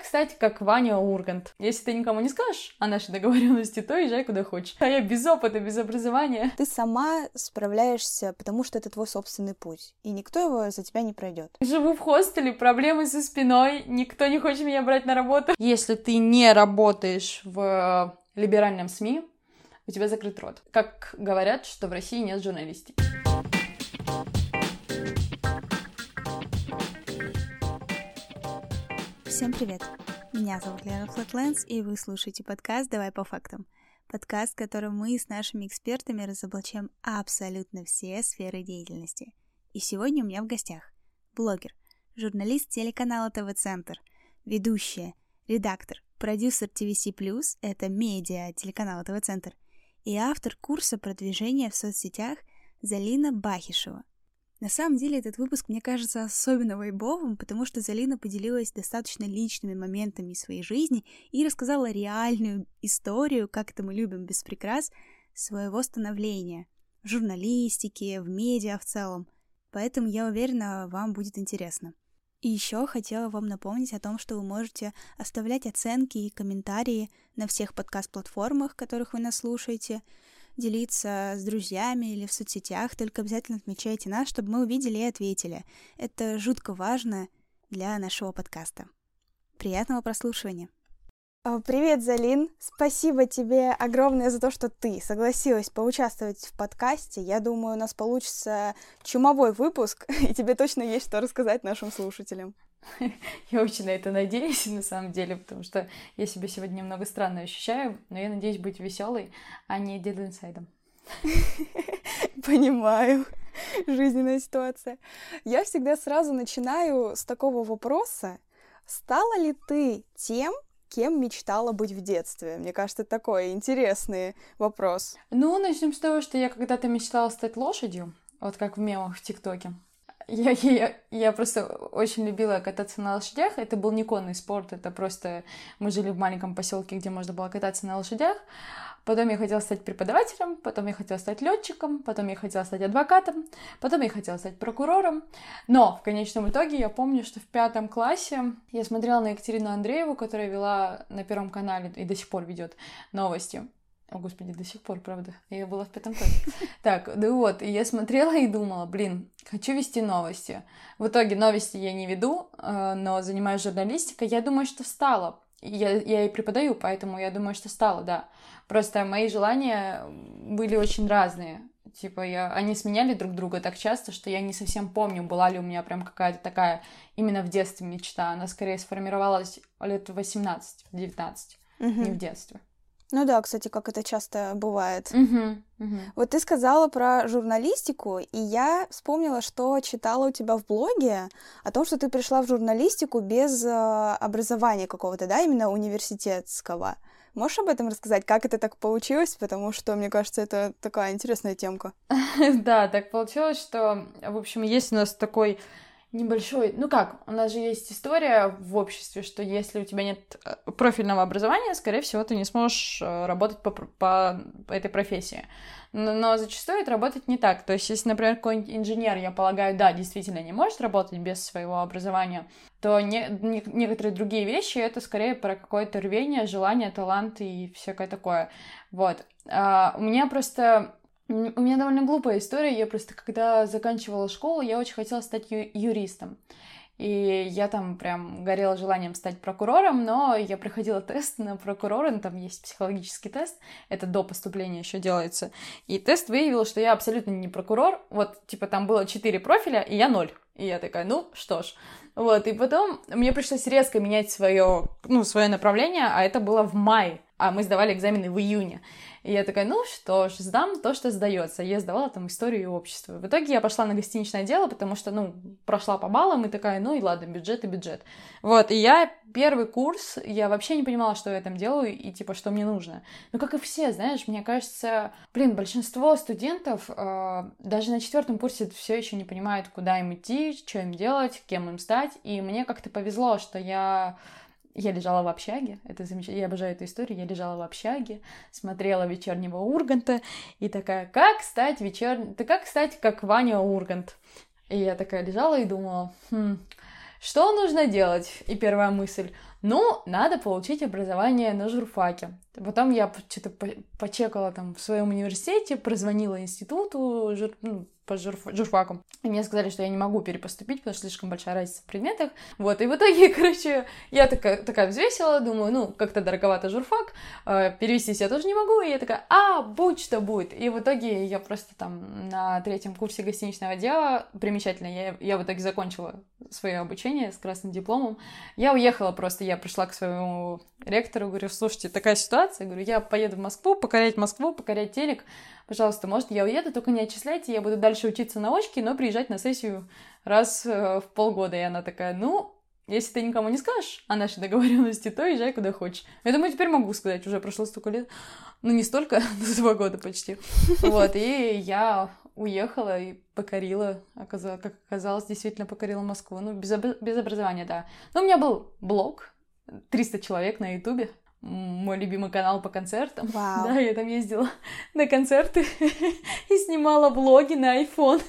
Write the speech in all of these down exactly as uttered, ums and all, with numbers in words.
кстати, как Ваня Ургант. Если ты никому не скажешь о нашей договоренности, то езжай куда хочешь. А я без опыта, без образования. Ты сама справляешься, потому что это твой собственный путь, и никто его за тебя не пройдет. Живу в хостеле, проблемы со спиной, никто не хочет меня брать на работу. Если ты не работаешь в либеральном СМИ, у тебя закрыт рот. Как говорят, что в России нет журналистики. Всем привет! Меня зовут Лена Флэтлендс, и вы слушаете подкаст «Давай по фактам». Подкаст, в котором мы с нашими экспертами разоблачаем абсолютно все сферы деятельности. И сегодня у меня в гостях блогер, журналист телеканала ТВ-центр, ведущая, редактор, продюсер ти ви си плюс, это медиа телеканала ТВ-центр, и автор курса продвижения в соцсетях Залина Бахишева. На самом деле этот выпуск мне кажется особенно вайбовым, потому что Залина поделилась достаточно личными моментами из своей жизни и рассказала реальную историю, как это мы любим без прикрас, своего становления в журналистике, в медиа в целом. Поэтому я уверена, вам будет интересно. И еще хотела вам напомнить о том, что вы можете оставлять оценки и комментарии на всех подкаст-платформах, которых вы нас слушаете, делиться с друзьями или в соцсетях, только обязательно отмечайте нас, чтобы мы увидели и ответили. Это жутко важно для нашего подкаста. Приятного прослушивания! Привет, Залин! Спасибо тебе огромное за то, что ты согласилась поучаствовать в подкасте. Я думаю, у нас получится чумовой выпуск, и тебе точно есть что рассказать нашим слушателям. Я очень на это надеюсь, на самом деле, потому что я себя сегодня немного странно ощущаю, но я надеюсь быть веселой, а не dead inside. Понимаю. Жизненная ситуация. Я всегда сразу начинаю с такого вопроса. Стала ли ты тем, кем мечтала быть в детстве? Мне кажется, это такой интересный вопрос. Ну, начнем с того, что я когда-то мечтала стать лошадью, вот как в мемах в ТикТоке. Я, я, я просто очень любила кататься на лошадях. Это был не конный спорт, это просто... Мы жили в маленьком поселке, где можно было кататься на лошадях. Потом я хотела стать преподавателем, потом я хотела стать летчиком, потом я хотела стать адвокатом, потом я хотела стать прокурором. Но в конечном итоге я помню, что в пятом классе я смотрела на Екатерину Андрееву, которая вела на Первом канале и до сих пор ведет новости. О, господи, до сих пор, правда. Я была в пятом классе. Так, ну вот, и я смотрела и думала, блин, хочу вести новости. В итоге новости я не веду, но занимаюсь журналистикой. Я думаю, что стала. Я, я и преподаю, поэтому я думаю, что стала, да. Просто мои желания были очень разные. Типа, я, они сменяли друг друга так часто, что я не совсем помню, была ли у меня прям какая-то такая именно в детстве мечта. Она скорее сформировалась лет в восемнадцать-девятнадцать, угу. Не в детстве. Ну да, кстати, как это часто бывает. Uh-huh, uh-huh. Вот ты сказала про журналистику, и я вспомнила, что читала у тебя в блоге о том, что ты пришла в журналистику без э, образования какого-то, да, именно университетского. Можешь об этом рассказать, как это так получилось? Потому что, мне кажется, это такая интересная темка. Да, так получилось, что, в общем, есть у нас такой... Небольшой, ну как, у нас же есть история в обществе, что если у тебя нет профильного образования, скорее всего, ты не сможешь работать по, по, по этой профессии. Но, но зачастую это работает не так. То есть, если, например, какой-нибудь инженер, я полагаю, да, действительно не может работать без своего образования, то не, не, некоторые другие вещи — это скорее про какое-то рвение, желание, талант и всякое такое. Вот. А, у меня просто... У меня довольно глупая история. Я просто, когда заканчивала школу, я очень хотела стать ю- юристом. И я там прям горела желанием стать прокурором, но я проходила тест на прокурора, ну, там есть психологический тест, это до поступления еще делается. И тест выявил, что я абсолютно не прокурор. Вот, типа, там было четыре профиля, и я ноль. И я такая, ну, что ж. Вот, и потом мне пришлось резко менять свое, ну, свое направление, а это было в мае, а мы сдавали экзамены в июне. И я такая, ну что ж, сдам то, что сдается. Я сдавала там историю и общество. В итоге я пошла на гостиничное дело, потому что, ну, прошла по баллам и такая, ну и ладно, бюджет и бюджет. Вот, и я первый курс, я вообще не понимала, что я там делаю и, типа, что мне нужно. Ну, как и все, знаешь, мне кажется, блин, большинство студентов э, даже на четвертом курсе все еще не понимают, куда им идти, что им делать, кем им стать. И мне как-то повезло, что я... Я лежала в общаге, это замечательно, я обожаю эту историю, я лежала в общаге, смотрела «Вечернего Урганта» и такая, как стать вечерней, ты как стать как Ваня Ургант? И я такая лежала и думала, хм, что нужно делать? И первая мысль, ну, надо получить образование на журфаке. Потом я что-то почекала там в своем университете, прозвонила институту жур... ну, по журф... журфаку. И мне сказали, что я не могу перепоступить, потому что слишком большая разница в предметах. Вот, и в итоге, короче, я такая, такая взвесила, думаю, ну, как-то дороговато журфак, э, перевестись я тоже не могу, и я такая, а, будь что будет. И в итоге я просто там на третьем курсе гостиничного дела, примечательно, я, я в итоге закончила свое обучение с красным дипломом. Я уехала просто, я пришла к своему ректору, говорю, слушайте, такая ситуация, говорю, я поеду в Москву, покорять Москву, покорять телек, пожалуйста, может, я уеду, только не отчисляйте, я буду дальше учиться на очке, но приезжать на сессию раз э, в полгода. И она такая, ну, если ты никому не скажешь о нашей договоренности, то езжай куда хочешь. Я думаю, теперь могу сказать, уже прошло столько лет, ну, не столько, но два года почти. Вот, и я уехала и покорила, оказалось, как оказалось, действительно покорила Москву. Ну, без, об... без образования, да. Но у меня был блог, триста человек на Ютубе. Мой любимый канал по концертам. Вау. Да, я там ездила на концерты и снимала влоги на iPhone.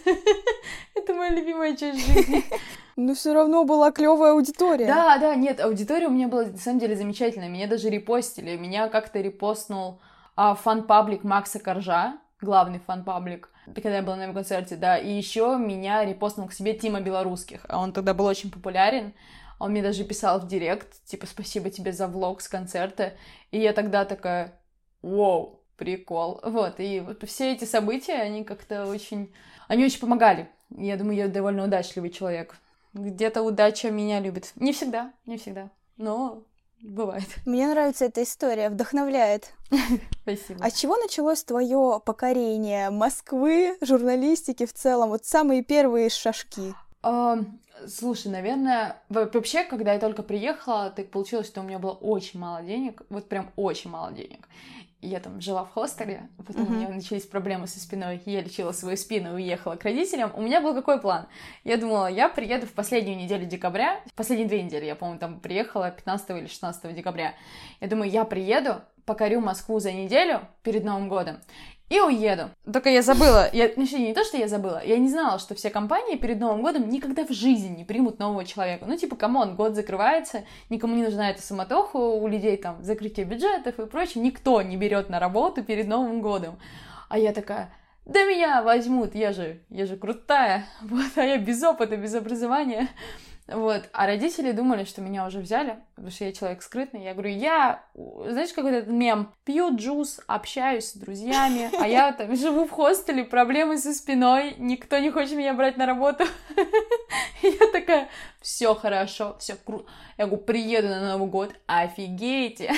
Это моя любимая часть жизни. Но все равно была клевая аудитория. Да, да, нет, аудитория у меня была на самом деле замечательная. Меня даже репостили. Меня как-то репостнул а, фан-паблик Макса Коржа, главный фан-паблик, когда я была на его концерте, да. И еще меня репостнул к себе Тима Белорусских. А он тогда был очень популярен. Он мне даже писал в директ, типа, спасибо тебе за влог с концерта. И я тогда такая, вау, прикол. Вот, и вот все эти события, они как-то очень... Они очень помогали. Я думаю, я довольно удачливый человек. Где-то удача меня любит. Не всегда, не всегда, но бывает. Мне нравится эта история, вдохновляет. Спасибо. А с чего началось твое покорение Москвы, журналистики в целом? Вот самые первые шажки. Uh, слушай, наверное, вообще, когда я только приехала, так получилось, что у меня было очень мало денег, вот прям очень мало денег. Я там жила в хостеле, потом uh-huh. у меня начались проблемы со спиной, я лечила свою спину и уехала к родителям. У меня был какой план? Я думала, я приеду в последнюю неделю декабря, последние две недели, я, по-моему, там приехала пятнадцатого или шестнадцатого декабря. Я думаю, я приеду, покорю Москву за неделю перед Новым годом и уеду. Только я забыла, я, ну, не то, что я забыла, я не знала, что все компании перед Новым годом никогда в жизни не примут нового человека. Ну, типа, камон, год закрывается, никому не нужна эта суматоха, у людей там закрытие бюджетов и прочее, никто не берет на работу перед Новым годом. А я такая, да меня возьмут, я же, я же крутая, вот, а я без опыта, без образования. Вот, а родители думали, что меня уже взяли, потому что я человек скрытный. Я говорю, я, знаешь, какой этот мем, пью джус, общаюсь с друзьями, а я там живу в хостеле, проблемы со спиной, никто не хочет меня брать на работу. Я такая, все хорошо, все круто. Я говорю, приеду на Новый год, офигейте.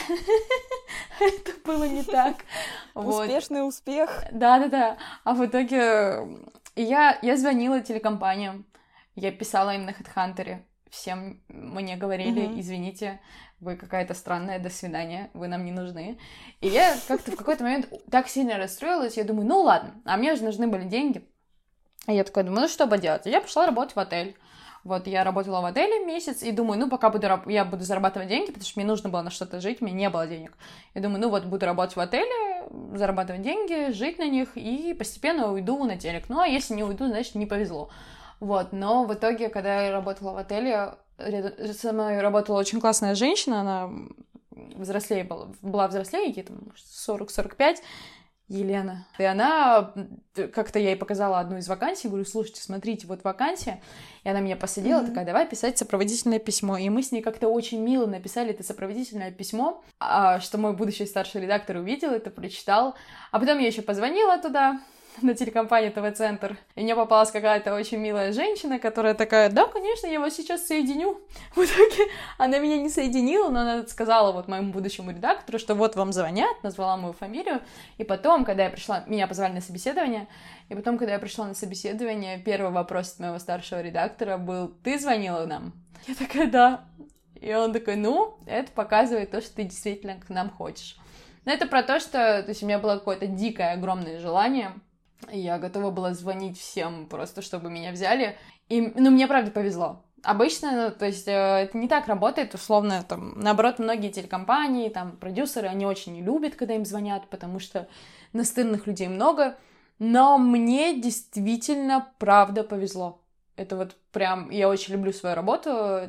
Это было не так. Успешный успех. Да-да-да. А в итоге я, я звонила телекомпаниям. Я писала им на HeadHunter, всем мне говорили, uh-huh. извините, вы какая-то странная, до свидания, вы нам не нужны. И я как-то в какой-то момент так сильно расстроилась, я думаю, ну ладно, а мне же нужны были деньги. И я такая думаю, ну что поделать? И я пошла работать в отель. Вот, я работала в отеле месяц, и думаю, ну, пока буду, я буду зарабатывать деньги, потому что мне нужно было на что-то жить, мне не было денег. Я думаю, ну, вот, буду работать в отеле, зарабатывать деньги, жить на них, и постепенно уйду на телек. Ну, а если не уйду, значит, не повезло. Вот, но в итоге, когда я работала в отеле, рядом со мной работала очень классная женщина, она взрослее была, была взрослее, ей там сорок-сорок пять, Елена. И она, как-то я ей показала одну из вакансий, говорю, слушайте, смотрите, вот вакансия, и она меня посадила, mm-hmm. такая, давай писать сопроводительное письмо, и мы с ней как-то очень мило написали это сопроводительное письмо, что мой будущий старший редактор увидел это, прочитал, а потом я еще позвонила туда, на телекомпанию ТВ-центр, и мне попалась какая-то очень милая женщина, которая такая, да, конечно, я вас сейчас соединю. В итоге она меня не соединила, но она сказала вот моему будущему редактору, что вот вам звонят, назвала мою фамилию, и потом, когда я пришла, меня позвали на собеседование, и потом, когда я пришла на собеседование, первый вопрос от моего старшего редактора был, ты звонила нам? Я такая, да. И он такой, ну, это показывает то, что ты действительно к нам хочешь. Но это про то, что, то есть у меня было какое-то дикое, огромное желание. Я готова была звонить всем просто, чтобы меня взяли. И, ну, мне, правда, повезло. Обычно, ну, то есть, э, это не так работает, условно, там, наоборот, многие телекомпании, там, продюсеры, они очень не любят, когда им звонят, потому что настырных людей много. Но мне действительно, правда, повезло. Это вот прям, я очень люблю свою работу,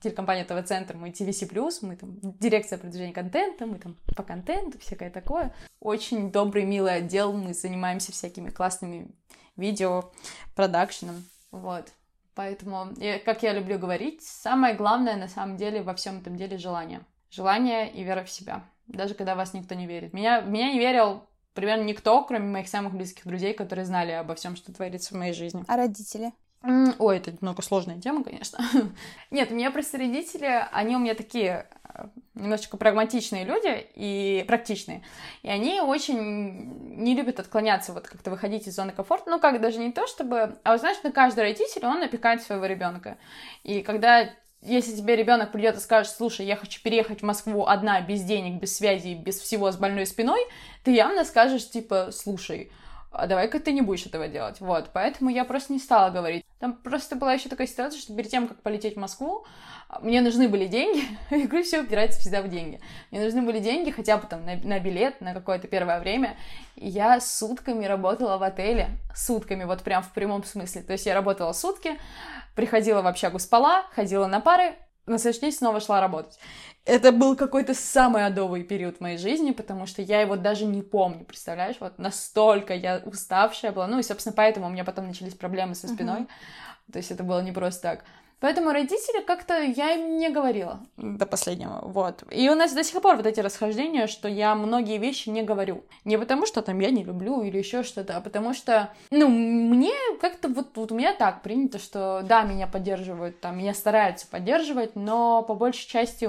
телекомпания ТВ-центр, мы ти ви си плюс, мы там дирекция продвижения контента, мы там по контенту, всякое такое. Очень добрый, милый отдел, мы занимаемся всякими классными видео, продакшеном, вот. Поэтому, как я люблю говорить, самое главное на самом деле во всем этом деле желание. Желание и вера в себя, даже когда вас никто не верит. Меня, в меня не верил примерно никто, кроме моих самых близких друзей, которые знали обо всем, что творится в моей жизни. А родители? Ой, это немного сложная тема, конечно. Нет, у меня просто родители, они у меня такие немножечко прагматичные люди и практичные. И они очень не любят отклоняться, вот как-то выходить из зоны комфорта. Ну, как, даже не то, чтобы... А вот знаешь, на каждый родитель, он опекает своего ребенка. И когда... Если тебе ребенок придет и скажет: слушай, я хочу переехать в Москву одна, без денег, без связи, без всего, с больной спиной, ты явно скажешь, типа, слушай, а давай-ка ты не будешь этого делать. Вот, поэтому я просто не стала говорить. Там просто была еще такая ситуация, что перед тем, как полететь в Москву, мне нужны были деньги. Я говорю, все упирается всегда в деньги. Мне нужны были деньги хотя бы там на, на билет, на какое-то первое время. И я сутками работала в отеле. Сутками, вот прям в прямом смысле. То есть я работала сутки, приходила в общагу, спала, ходила на пары, на следующий день снова шла работать. Это был какой-то самый адовый период в моей жизни, потому что я его даже не помню, представляешь? Вот настолько я уставшая была. Ну и, собственно, поэтому у меня потом начались проблемы со спиной. Uh-huh. То есть это было не просто так. Поэтому родители как-то я им не говорила до последнего, вот. И у нас до сих пор вот эти расхождения, что я многие вещи не говорю. Не потому, что там я не люблю или еще что-то, а потому что, ну, мне как-то вот, вот у меня так принято, что да, меня поддерживают, там, меня стараются поддерживать, но по большей части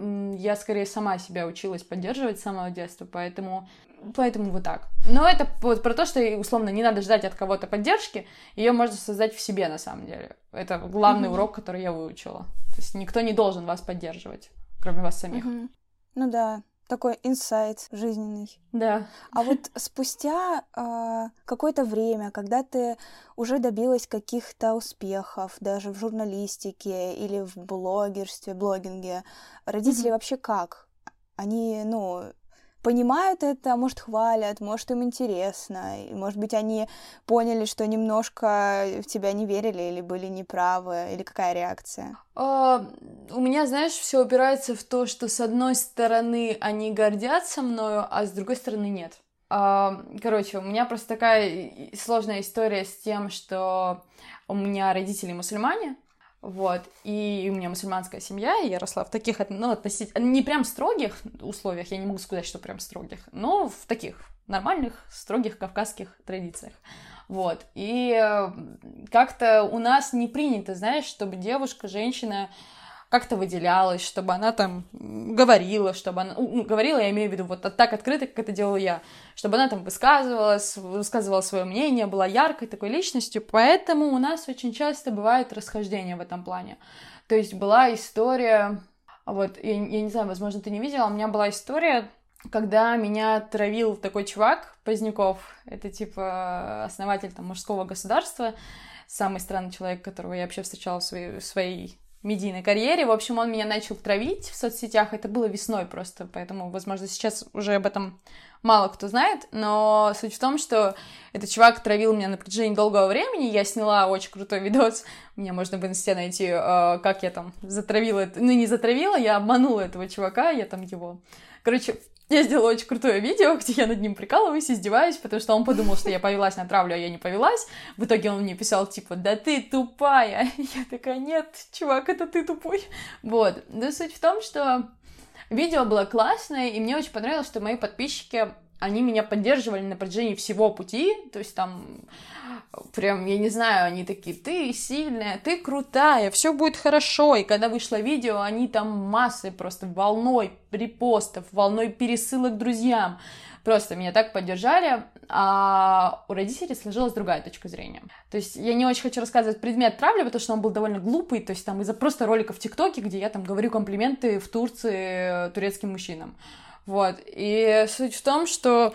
я скорее сама себя училась поддерживать с самого детства, поэтому... Поэтому вот так. Но это вот про то, что, условно, не надо ждать от кого-то поддержки, ее можно создать в себе, на самом деле. Это главный mm-hmm. урок, который я выучила. То есть никто не должен вас поддерживать, кроме вас самих. Mm-hmm. Ну да, такой инсайт жизненный. Да. А вот спустя э, какое-то время, когда ты уже добилась каких-то успехов, даже в журналистике или в блогерстве, блогинге, родители mm-hmm. вообще как? Они, ну... понимают это, может, хвалят, может, им интересно, может быть, они поняли, что немножко в тебя не верили или были неправы, или какая реакция? Uh, у меня, знаешь, все упирается в то, что с одной стороны они гордятся мною, а с другой стороны нет. Uh, короче, у меня просто такая сложная история с тем, что у меня родители мусульмане, вот, и у меня мусульманская семья, и я росла в таких, ну, относительно, не прям строгих условиях, я не могу сказать, что прям строгих, но в таких нормальных, строгих кавказских традициях, вот, и как-то у нас не принято, знаешь, чтобы девушка, женщина как-то выделялась, чтобы она там говорила, чтобы она... Ну, говорила, я имею в виду, вот так открыто, как это делала я, чтобы она там высказывалась, высказывала свое мнение, была яркой такой личностью, поэтому у нас очень часто бывают расхождения в этом плане. То есть была история... Вот, я, я не знаю, возможно, ты не видела, у меня была история, когда меня травил такой чувак, Поздняков, это типа основатель там мужского государства, самый странный человек, которого я вообще встречала в своей... В своей медийной карьере. В общем, он меня начал травить в соцсетях. Это было весной просто, поэтому, возможно, сейчас уже об этом мало кто знает. Но суть в том, что этот чувак травил меня на протяжении долгого времени. Я сняла очень крутой видос. Меня можно в инсте найти, как я там затравила... Ну, не затравила, я обманула этого чувака. Я там его... Короче... Я сделала очень крутое видео, где я над ним прикалываюсь, издеваюсь, потому что он подумал, что я повелась на травлю, а я не повелась. В итоге он мне писал, типа, да ты тупая. Я такая, нет, чувак, это ты тупой. Вот. Но суть в том, что видео было классное, и мне очень понравилось, что мои подписчики, они меня поддерживали на протяжении всего пути, то есть там... Прям, я не знаю, они такие, ты сильная, ты крутая, все будет хорошо. И когда вышло видео, они там массой, просто волной репостов, волной пересылок друзьям. Просто меня так поддержали, а у родителей сложилась другая точка зрения. То есть я не очень хочу рассказывать предмет травли, потому что он был довольно глупый, то есть там из-за просто ролика в ТикТоке, где я там говорю комплименты в Турции турецким мужчинам. Вот, и суть в том, что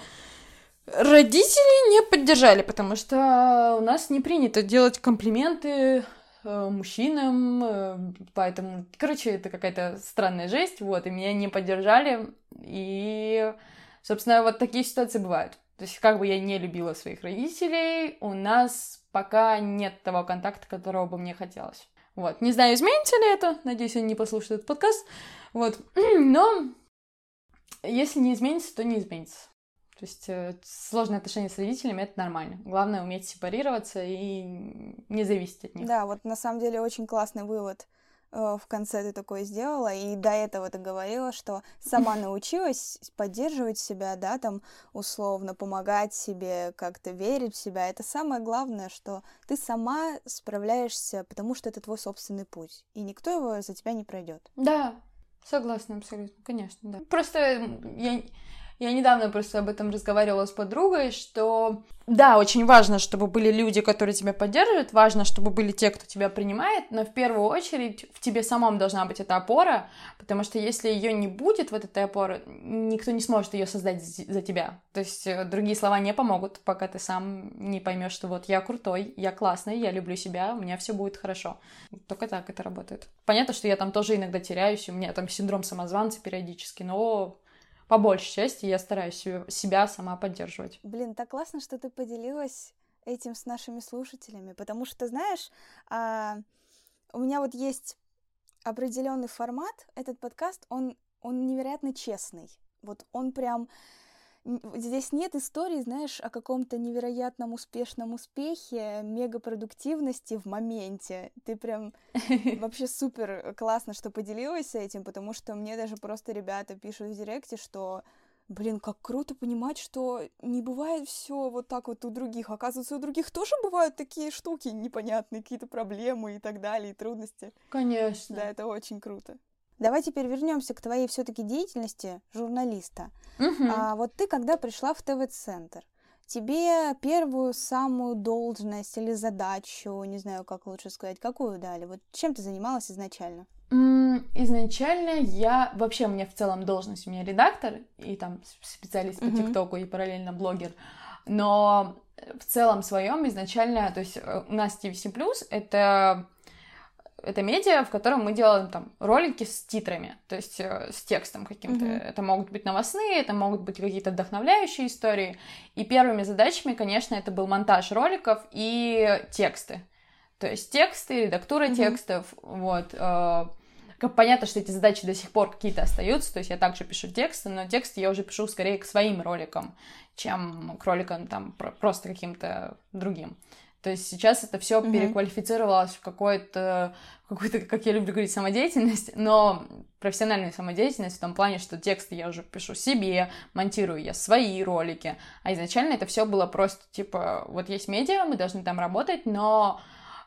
родители не поддержали, потому что у нас не принято делать комплименты э, мужчинам, э, поэтому, короче, это какая-то странная жесть, вот, и меня не поддержали, и, собственно, вот такие ситуации бывают. То есть, как бы я не любила своих родителей, у нас пока нет того контакта, которого бы мне хотелось. Вот. Не знаю, изменится ли это, надеюсь, они не послушают этот подкаст, вот. Но если не изменится, то не изменится. То есть э, сложные отношения с родителями — это нормально. Главное — уметь сепарироваться и не зависеть от них. Да, вот на самом деле очень классный вывод э, в конце ты такое сделала, и до этого ты говорила, что сама научилась поддерживать себя, да, там, условно, помогать себе, как-то верить в себя. Это самое главное, что ты сама справляешься, потому что это твой собственный путь, и никто его за тебя не пройдет. Да, согласна абсолютно, конечно, да. Просто я... Я недавно просто об этом разговаривала с подругой, что да, очень важно, чтобы были люди, которые тебя поддерживают, важно, чтобы были те, кто тебя принимает, но в первую очередь в тебе самом должна быть эта опора, потому что если ее не будет, вот этой опоры, никто не сможет ее создать за тебя. То есть другие слова не помогут, пока ты сам не поймешь, что вот я крутой, я классный, я люблю себя, у меня все будет хорошо. Только так это работает. Понятно, что я там тоже иногда теряюсь, у меня там синдром самозванца периодически, но... По большей части я стараюсь себя сама поддерживать. Блин, так классно, что ты поделилась этим с нашими слушателями, потому что, знаешь, а, у меня вот есть определенный формат, этот подкаст, он, он невероятно честный. Вот он прям... Здесь нет истории, знаешь, о каком-то невероятном успешном успехе, мегапродуктивности в моменте. Ты прям вообще супер классно, что поделилась этим, потому что мне даже просто ребята пишут в директе, что, блин, как круто понимать, что не бывает все вот так вот у других. Оказывается, у других тоже бывают такие штуки непонятные, какие-то проблемы и так далее, и трудности. Конечно. Да, это очень круто. Давай теперь вернемся к твоей все-таки деятельности журналиста. Угу. А вот ты, когда пришла в ТВ-центр, тебе первую самую должность или задачу, не знаю, как лучше сказать, какую дали? Вот чем ты занималась изначально? Изначально я... Вообще у меня в целом должность, у меня редактор и там специалист по Мгм. ТикТоку и параллельно блогер. Но в целом своем изначально... То есть у нас ти ви си плюс — это... Это медиа, в котором мы делаем там ролики с титрами, то есть э, с текстом каким-то. Мгм. Это могут быть новостные, это могут быть какие-то вдохновляющие истории. И первыми задачами, конечно, это был монтаж роликов и тексты. То есть тексты, редактура Мгм. текстов, вот. Э, как понятно, что эти задачи до сих пор какие-то остаются, то есть я также пишу тексты, но тексты я уже пишу скорее к своим роликам, чем к роликам там про- просто каким-то другим. То есть сейчас это все Мгм. переквалифицировалось в какое-то, какую-то, как я люблю говорить, самодеятельность, но профессиональную самодеятельность в том плане, что тексты я уже пишу себе, монтирую я свои ролики, а изначально это все было просто типа, вот есть медиа, мы должны там работать, но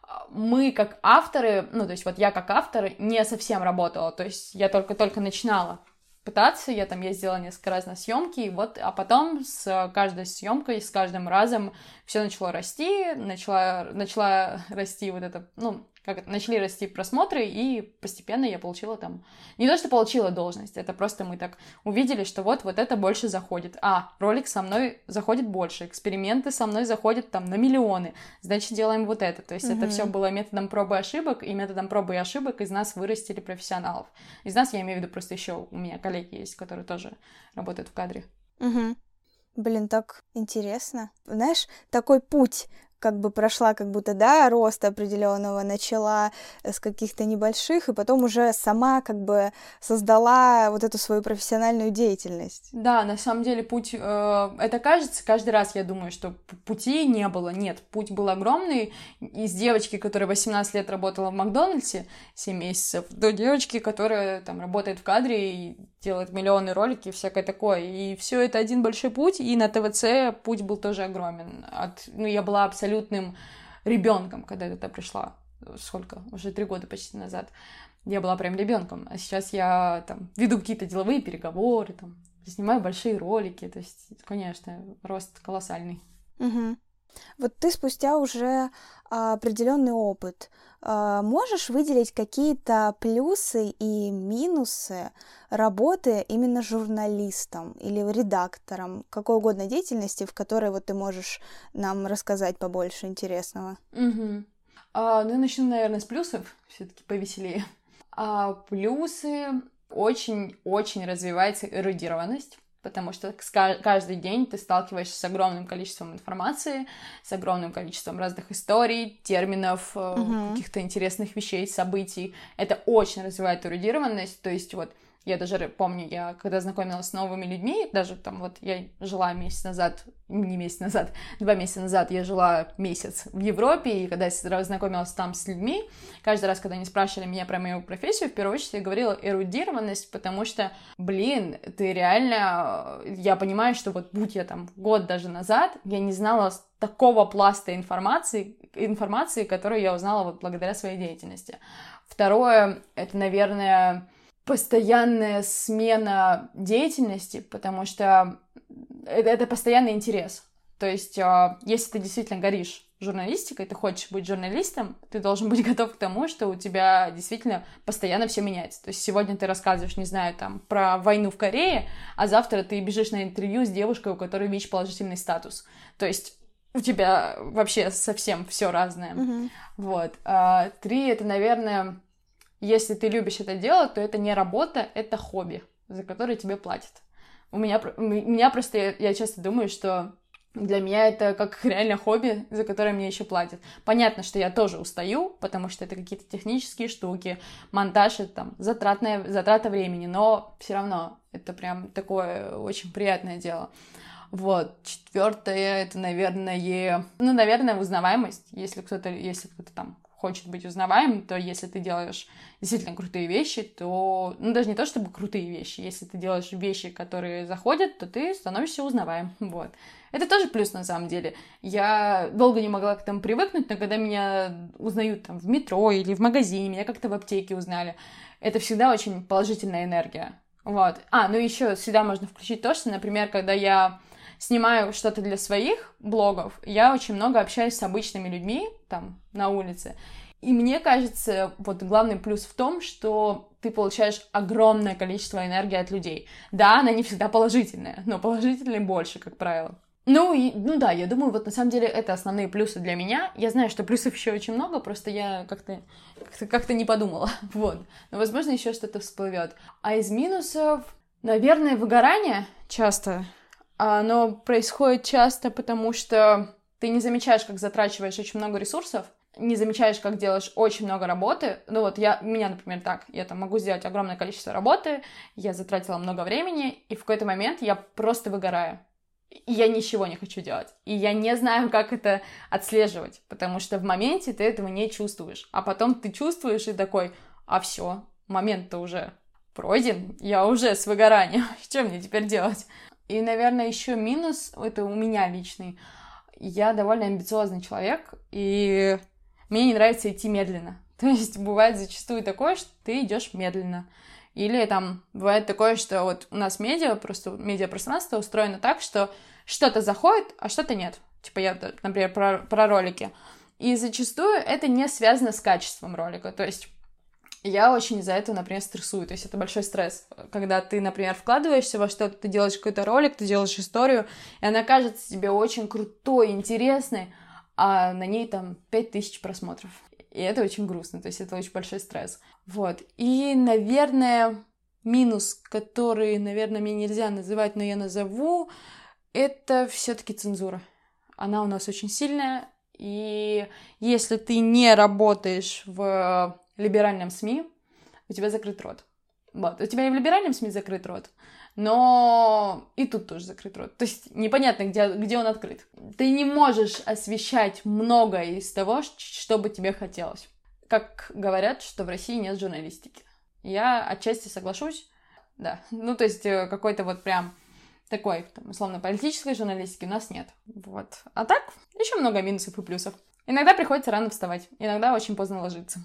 мы как авторы, ну то есть вот я как автор не совсем работала, то есть я только-только начинала пытаться, я там ездила несколько раз на съемки, и вот, а потом с каждой съемкой, с каждым разом все начало расти, начала, начала расти вот это, ну, как это, начали расти просмотры, и постепенно я получила там, не то, что получила должность, это просто мы так увидели, что вот, вот это больше заходит, а, ролик со мной заходит больше, эксперименты со мной заходят там на миллионы, значит, делаем вот это, то есть Мгм. это все было методом пробы и ошибок, и методом пробы и ошибок из нас вырастили профессионалов. Из нас, я имею в виду, просто еще у меня коллеги есть, которые тоже работают в кадре. Мгм. Блин, так интересно. Знаешь, такой путь как бы прошла, как будто, да, роста определенного, начала с каких-то небольших, и потом уже сама как бы создала вот эту свою профессиональную деятельность. Да, на самом деле путь, э, это кажется, каждый раз я думаю, что п- пути не было. Нет, путь был огромный. Из девочки, которая восемнадцать лет работала в Макдональдсе, семь месяцев, до девочки, которая там работает в кадре и делает миллионы ролики и всякое такое. И все это один большой путь, и на ТВЦ путь был тоже огромен. От, ну, я была абсолютным ребенком, когда я туда пришла. Сколько? Уже три года почти назад. Я была прям ребенком, а сейчас я там веду какие-то деловые переговоры, там, снимаю большие ролики, то есть, конечно, рост колоссальный. Мгм. Вот ты спустя уже а, определенный опыт. а, можешь выделить какие-то плюсы и минусы работы именно журналистом или редактором какой угодно деятельности, в которой вот ты можешь нам рассказать побольше интересного? Угу. А, ну, я начну, наверное, с плюсов, все-таки повеселее. А плюсы: очень-очень развивается эрудированность. потому что каждый день ты сталкиваешься с огромным количеством информации, с огромным количеством разных историй, терминов, uh-huh. каких-то интересных вещей, событий. Это очень развивает эрудированность, то есть вот я даже помню, я когда знакомилась с новыми людьми, даже там вот я жила месяц назад, не месяц назад, два месяца назад я жила месяц в Европе, и когда я знакомилась там с людьми, каждый раз, когда они спрашивали меня про мою профессию, в первую очередь я говорила эрудированность, потому что, блин, ты реально, я понимаю, что вот будь я там год даже назад, я не знала такого пласта информации, информации, которую я узнала вот благодаря своей деятельности. Второе, это, наверное, постоянная смена деятельности, потому что это, это постоянный интерес. То есть, э, если ты действительно горишь журналистикой, ты хочешь быть журналистом, ты должен быть готов к тому, что у тебя действительно постоянно все меняется. То есть, сегодня ты рассказываешь, не знаю, там, про войну в Корее, а завтра ты бежишь на интервью с девушкой, у которой ВИЧ-положительный статус. То есть, у тебя вообще совсем все разное. Mm-hmm. Вот. А, три — это, наверное... Если ты любишь это дело, то это не работа, это хобби, за которое тебе платят. У меня, у меня просто, я, я часто думаю, что для меня это как реально хобби, за которое мне еще платят. Понятно, что я тоже устаю, потому что это какие-то технические штуки, монтаж, это там затратная, затрата времени, но все равно это прям такое очень приятное дело. Вот. Четвертое, это, наверное, ну, наверное, узнаваемость, если кто-то, если кто-то там хочет быть узнаваемым, то если ты делаешь действительно крутые вещи, то... Ну, даже не то, чтобы крутые вещи. Если ты делаешь вещи, которые заходят, то ты становишься узнаваем. Вот. Это тоже плюс, на самом деле. Я долго не могла к этому привыкнуть, но когда меня узнают там в метро или в магазине, меня как-то в аптеке узнали, это всегда очень положительная энергия. Вот. А, ну еще сюда можно включить то, что, например, когда я снимаю что-то для своих блогов, я очень много общаюсь с обычными людьми там на улице. И мне кажется, вот главный плюс в том, что ты получаешь огромное количество энергии от людей. Да, она не всегда положительная, но положительной больше, как правило. Ну, и, ну да, я думаю, вот на самом деле это основные плюсы для меня. Я знаю, что плюсов еще очень много, просто я как-то, как-то, как-то не подумала. Вот. Но, возможно, еще что-то всплывет. А из минусов, наверное, выгорание часто. Оно происходит часто, потому что ты не замечаешь, как затрачиваешь очень много ресурсов, не замечаешь, как делаешь очень много работы. Ну вот я, у меня, например, так, я там могу сделать огромное количество работы, я затратила много времени, и в какой-то момент я просто выгораю. И я ничего не хочу делать. И я не знаю, как это отслеживать, потому что в моменте ты этого не чувствуешь. А потом ты чувствуешь и такой, а все, момент-то уже пройден, я уже с выгоранием, что мне теперь делать? И, наверное, еще минус, это у меня личный, я довольно амбициозный человек, и мне не нравится идти медленно. То есть бывает зачастую такое, что ты идешь медленно. Или там бывает такое, что вот у нас медиа, просто медиапространство устроено так, что что-то заходит, а что-то нет. Типа я, например, про, про ролики. И зачастую это не связано с качеством ролика. То есть я очень из-за этого, например, стрессую. То есть это большой стресс. Когда ты, например, вкладываешься во что-то, ты делаешь какой-то ролик, ты делаешь историю, и она кажется тебе очень крутой, интересной, а на ней там пять тысяч просмотров. И это очень грустно, то есть это очень большой стресс. Вот. И, наверное, минус, который, наверное, мне нельзя называть, но я назову, это все-таки цензура. Она у нас очень сильная, и если ты не работаешь в либеральном СМИ, у тебя закрыт рот. Вот. У тебя и в либеральном СМИ закрыт рот, но и тут тоже закрыт рот. То есть непонятно, где, где он открыт. Ты не можешь освещать многое из того, что бы тебе хотелось. Как говорят, что в России нет журналистики. Я отчасти соглашусь, да. Ну, то есть какой-то вот прям такой, там, условно-политической журналистики у нас нет. Вот. А так, еще много минусов и плюсов. Иногда приходится рано вставать, иногда очень поздно ложиться.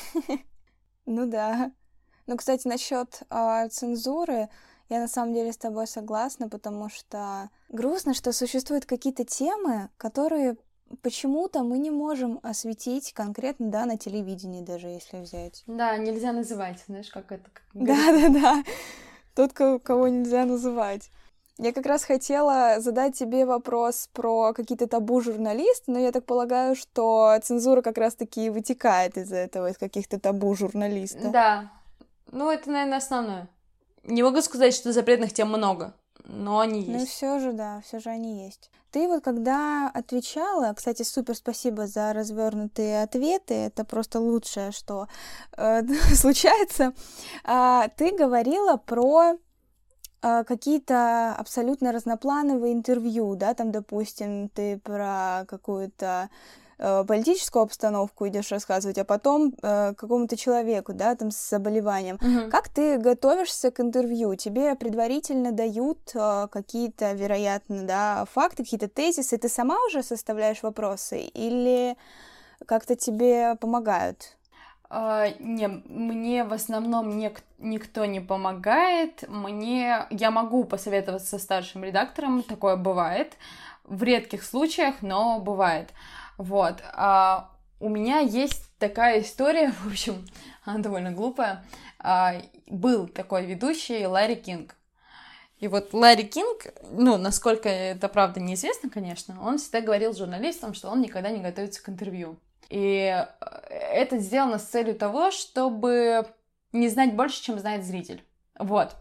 Ну да. Ну, кстати, насчет э, цензуры, я на самом деле с тобой согласна, потому что грустно, что существуют какие-то темы, которые почему-то мы не можем осветить конкретно, да, на телевидении даже, если взять. Да, нельзя называть, знаешь, как это... Да-да-да, тот, кого нельзя называть. Я как раз хотела задать тебе вопрос про какие-то табу журналисты, но я так полагаю, что цензура как раз-таки вытекает из этого, из каких-то табу журналистов. Да. Ну, это, наверное, основное. Не могу сказать, что запретных тем много, но они есть. Ну, все же, да, все же они есть. Ты вот когда отвечала, кстати, супер спасибо за развернутые ответы, это просто лучшее, что э, случается. Э, ты говорила про э, какие-то абсолютно разноплановые интервью, да, там, допустим, ты про какую-то политическую обстановку идешь рассказывать, а потом э, какому-то человеку, да, там с заболеванием. Угу. Как ты готовишься к интервью? Тебе предварительно дают э, какие-то, вероятно, да, факты, какие-то тезисы, ты сама уже составляешь вопросы или как-то тебе помогают? А, не, мне в основном ник- никто не помогает. Мне я могу посоветоваться со старшим редактором, такое бывает. В редких случаях, но бывает. Вот. А у меня есть такая история, в общем, она довольно глупая. А, был такой ведущий Ларри Кинг. И вот Ларри Кинг, ну, насколько это правда неизвестно, конечно, он всегда говорил журналистам, что он никогда не готовится к интервью. И это сделано с целью того, чтобы не знать больше, чем знает зритель. Вот.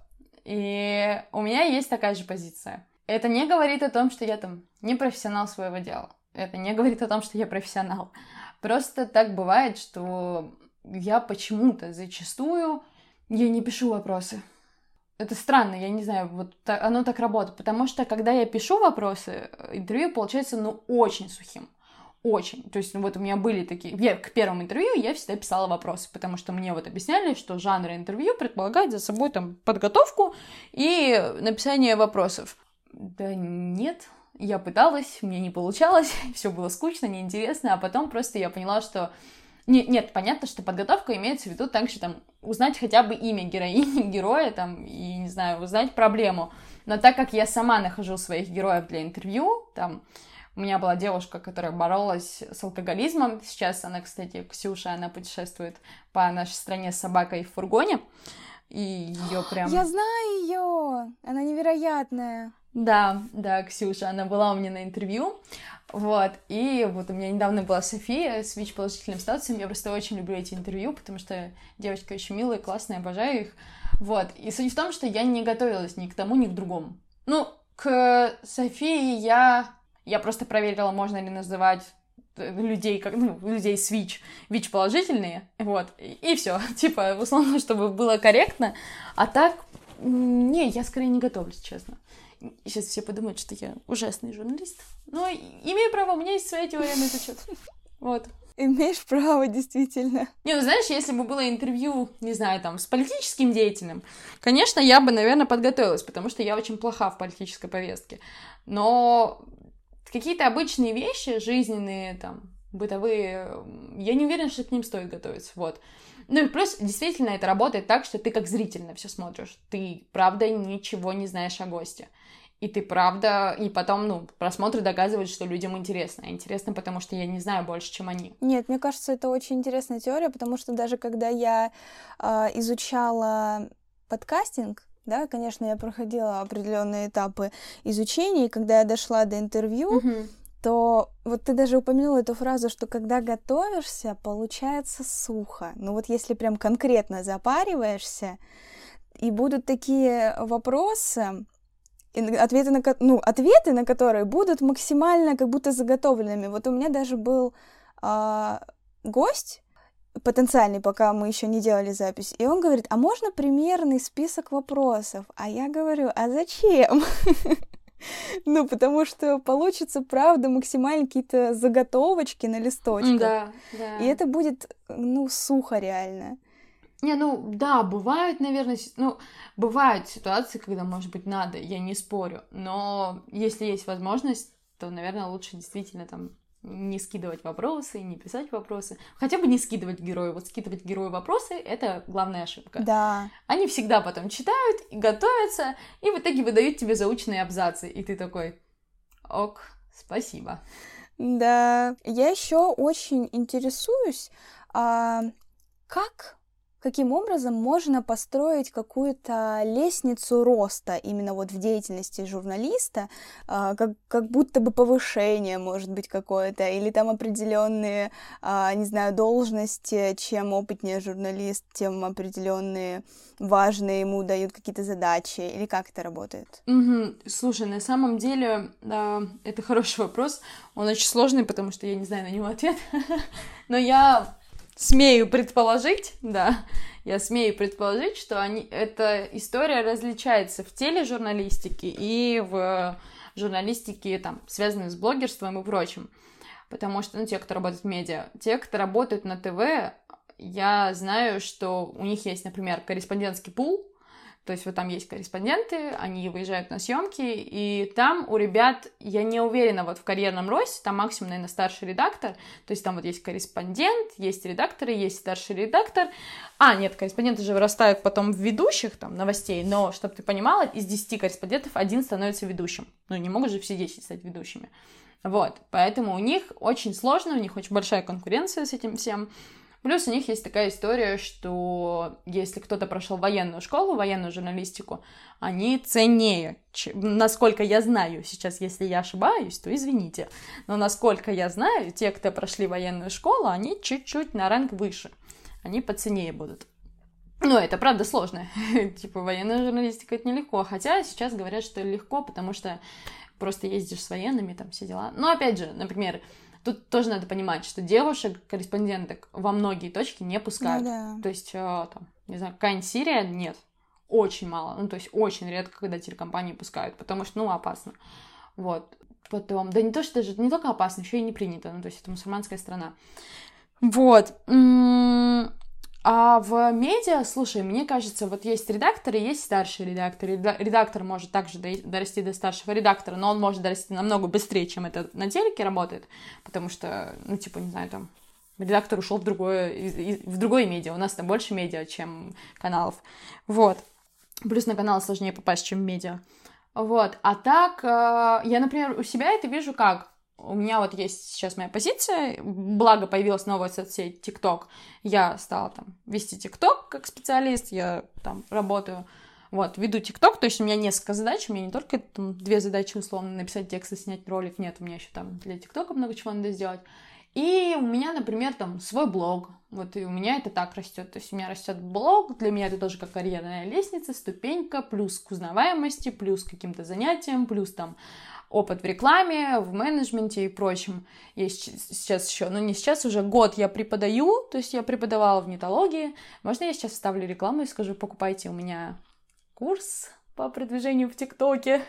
И у меня есть такая же позиция. Это не говорит о том, что я там не профессионал своего дела. Это не говорит о том, что я профессионал. Просто так бывает, что я почему-то зачастую я не пишу вопросы. Это странно, я не знаю, вот так, оно так работает. Потому что, когда я пишу вопросы, интервью получается, ну, очень сухим. Очень. То есть, вот у меня были такие... Я, к первому интервью я всегда писала вопросы, потому что мне вот объясняли, что жанр интервью предполагает за собой там подготовку и написание вопросов. Да нет... Я пыталась, мне не получалось, все было скучно, неинтересно, а потом просто я поняла, что... Нет, нет, понятно, что подготовка имеется в виду также там узнать хотя бы имя героини, героя, там, и, не знаю, узнать проблему. Но так как я сама нахожу своих героев для интервью, там, у меня была девушка, которая боролась с алкоголизмом, сейчас она, кстати, Ксюша, она путешествует по нашей стране с собакой в фургоне, и ее прям... Я знаю ее, она невероятная. Да, да, Ксюша, она была у меня на интервью, вот, и вот у меня недавно была София с ВИЧ-положительным статусом, я просто очень люблю эти интервью, потому что девочка очень милая, классная, обожаю их, вот, и суть в том, что я не готовилась ни к тому, ни к другому. Ну, к Софии я, я просто проверила, можно ли называть людей, как, ну, людей с ВИЧ, ВИЧ-положительные, вот, и, и все, типа, условно, чтобы было корректно, а так, не, я скорее не готовлюсь, честно. Сейчас все подумают, что я ужасный журналист. Но имею право, у меня есть своя теория на этот счет. Вот. Имеешь право, действительно. Не, ну знаешь, если бы было интервью, не знаю, там, с политическим деятелем, конечно, я бы, наверное, подготовилась, потому что я очень плоха в политической повестке. Но какие-то обычные вещи, жизненные, там, бытовые, я не уверена, что к ним стоит готовиться, вот. Ну и плюс, действительно, это работает так, что ты как зритель на все смотришь. Ты, правда, ничего не знаешь о госте. И ты, правда, и потом, ну, просмотры доказывают, что людям интересно. А интересно, потому что я не знаю больше, чем они. Нет, мне кажется, это очень интересная теория, потому что даже когда я э, изучала подкастинг, да, конечно, я проходила определенные этапы изучения, и когда я дошла до интервью, Mm-hmm. то вот ты даже упомянула эту фразу, что когда готовишься, получается сухо. Ну вот если прям конкретно запариваешься, и будут такие вопросы, ответы на, ну, ответы на которые будут максимально как будто заготовленными. Вот у меня даже был э, гость, потенциальный, пока мы еще не делали запись, и он говорит, а можно примерный список вопросов? А я говорю, а зачем? Ну, потому что получится, правда, максимально какие-то заготовочки на листочках. Да, да. И это будет, ну, сухо реально. Не, ну, да, бывают, наверное, ну, бывают ситуации, когда, может быть, надо, я не спорю, но если есть возможность, то, наверное, лучше действительно там не скидывать вопросы, не писать вопросы. Хотя бы не скидывать герою. Вот скидывать герою вопросы — это главная ошибка. Да. Они всегда потом читают и готовятся, и в итоге выдают тебе заученные абзацы. И ты такой, ок, спасибо. Да. Я еще очень интересуюсь, а, как каким образом можно построить какую-то лестницу роста именно вот в деятельности журналиста, как, как будто бы повышение, может быть, какое-то, или там определенные, не знаю, должности, чем опытнее журналист, тем определенные важные ему дают какие-то задачи, или как это работает? Угу. Слушай, на самом деле, да, это хороший вопрос, он очень сложный, потому что я не знаю на него ответ, но я... Смею предположить, да, я смею предположить, что они, эта история различается в тележурналистике и в журналистике, там, связанной с блогерством и прочим. Потому что, ну, те, кто работает в медиа, те, кто работают на ТВ, я знаю, что у них есть, например, корреспондентский пул, то есть вот там есть корреспонденты, они выезжают на съемки, и там у ребят, я не уверена вот в карьерном росте, там максимум, наверное, старший редактор, то есть там вот есть корреспондент, есть редакторы, есть старший редактор. А, нет, корреспонденты же вырастают потом в ведущих там новостей, но, чтобы ты понимала, из десяти корреспондентов один становится ведущим. Ну, не могут же все десять стать ведущими. Вот, поэтому у них очень сложно, у них очень большая конкуренция с этим всем. Плюс у них есть такая история, что если кто-то прошел военную школу, военную журналистику, они ценнее. Насколько я знаю, сейчас, если я ошибаюсь, то извините, но насколько я знаю, те, кто прошли военную школу, они чуть-чуть на ранг выше, они поценнее будут. Ну, это правда сложно, типа военная журналистика — это нелегко, хотя сейчас говорят, что легко, потому что просто ездишь с военными, там все дела. Но опять же, например, тут тоже надо понимать, что девушек-корреспонденток во многие точки не пускают. Ну, да. То есть, э, там, не знаю, какая-нибудь Сирия — нет. Очень мало. Ну, то есть, очень редко, когда телекомпании пускают, потому что, ну, опасно. Вот. Потом, да не то, что даже не только опасно, еще и не принято. Ну, то есть, это мусульманская страна. Вот. А в медиа, слушай, мне кажется, вот есть редактор и есть старший редактор. Редактор может также дорасти до старшего редактора, но он может дорасти намного быстрее, чем это на телеке работает, потому что, ну, типа, не знаю, там, редактор ушел в другое, в другое медиа. У нас там больше медиа, чем каналов. Вот. Плюс на канал сложнее попасть, чем в медиа. Вот. А так, я, например, у себя это вижу как? У меня вот есть сейчас моя позиция, благо появилась новая соцсеть TikTok, я стала там вести TikTok как специалист, я там работаю, вот, веду TikTok, то есть у меня несколько задач, у меня не только там две задачи условно, написать текст и снять ролик, нет, у меня еще там для TikTok много чего надо сделать, и у меня, например, там свой блог, вот, и у меня это так растет, то есть у меня растет блог, для меня это тоже как карьерная лестница, ступенька, плюс к узнаваемости, плюс к каким-то занятиям, плюс там опыт в рекламе, в менеджменте и прочем. Есть сейчас еще, ну не сейчас, уже год я преподаю, то есть я преподавала в нетологии. Можно я сейчас вставлю рекламу и скажу, покупайте у меня курс по продвижению в ТикТоке.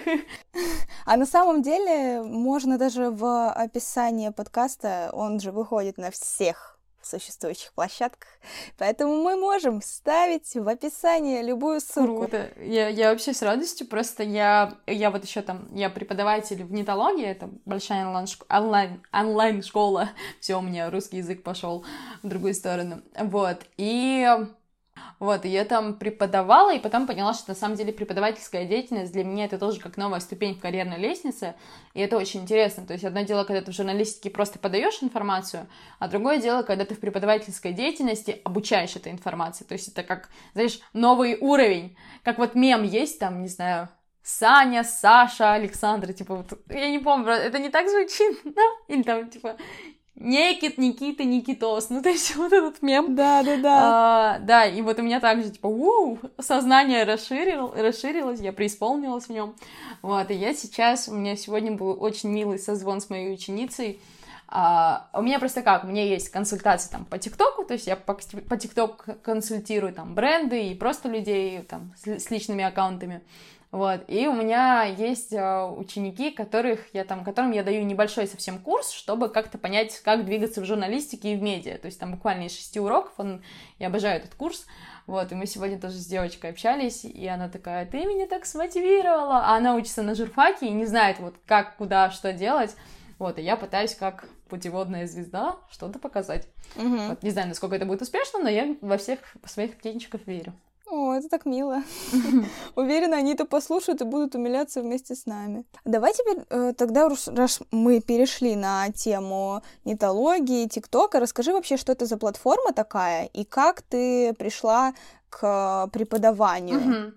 А на самом деле можно даже в описании подкаста, он же выходит на всех существующих площадках, поэтому мы можем вставить в описание любую ссылку. Круто. Я, я вообще с радостью, просто я, я вот еще там, я преподаватель в нетологии, это большая онлайн, онлайн-школа, все, у меня русский язык пошел в другую сторону, вот, и... Вот, и я там преподавала, и потом поняла, что на самом деле преподавательская деятельность для меня это тоже как новая ступень в карьерной лестнице, и это очень интересно. То есть одно дело, когда ты в журналистике просто подаешь информацию, а другое дело, когда ты в преподавательской деятельности обучаешь этой информации. То есть это как, знаешь, новый уровень. Как вот мем есть там, не знаю, Саня, Саша, Александра, типа вот, я не помню, это не так звучит, да? Или там, типа... Никит, Никита, Никитос, ну то есть вот этот мем. Да, да, да. А, да, и вот у меня также, типа, уу, сознание расширил, расширилось, я преисполнилась в нем. Вот, и я сейчас, у меня сегодня был очень милый созвон с моей ученицей. А, у меня просто как, у меня есть консультации там по ТикТоку, то есть я по, по ТикТоку консультирую там бренды и просто людей там с, с личными аккаунтами. Вот, и у меня есть uh, ученики, которых я там, которым я даю небольшой совсем курс, чтобы как-то понять, как двигаться в журналистике и в медиа. То есть там буквально из шести уроков, он, я обожаю этот курс. Вот, и мы сегодня тоже с девочкой общались, и она такая, ты меня так смотивировала. А она учится на журфаке и не знает, вот как, куда, что делать. Вот, и я пытаюсь, как путеводная звезда, что-то показать. Mm-hmm. Вот, не знаю, насколько это будет успешно, но я во всех своих птенчиков верю. О, это так мило. Уверена, они это послушают и будут умиляться вместе с нами. Давай теперь э, тогда, раз мы перешли на тему нетологии, ТикТока, расскажи вообще, что это за платформа такая и как ты пришла к преподаванию. Угу.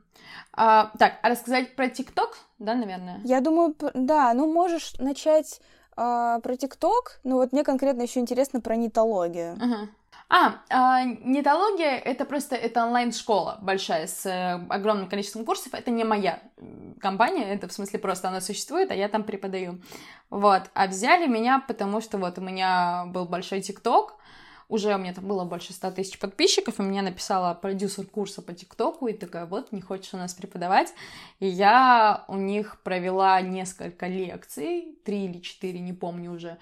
А, так, а рассказать про ТикТок, да, наверное? Я думаю, да, ну можешь начать э, про ТикТок, но вот мне конкретно еще интересно про нетологию. Угу. А, а, нетология — это просто это онлайн-школа большая с э, огромным количеством курсов. Это не моя компания, это в смысле просто она существует, а я там преподаю. Вот, а взяли меня, потому что вот у меня был большой ТикТок, уже у меня там было больше ста тысяч подписчиков, и мне написала продюсер курса по ТикТоку, и такая, вот, не хочешь у нас преподавать? И я у них провела несколько лекций, три или четыре, не помню уже,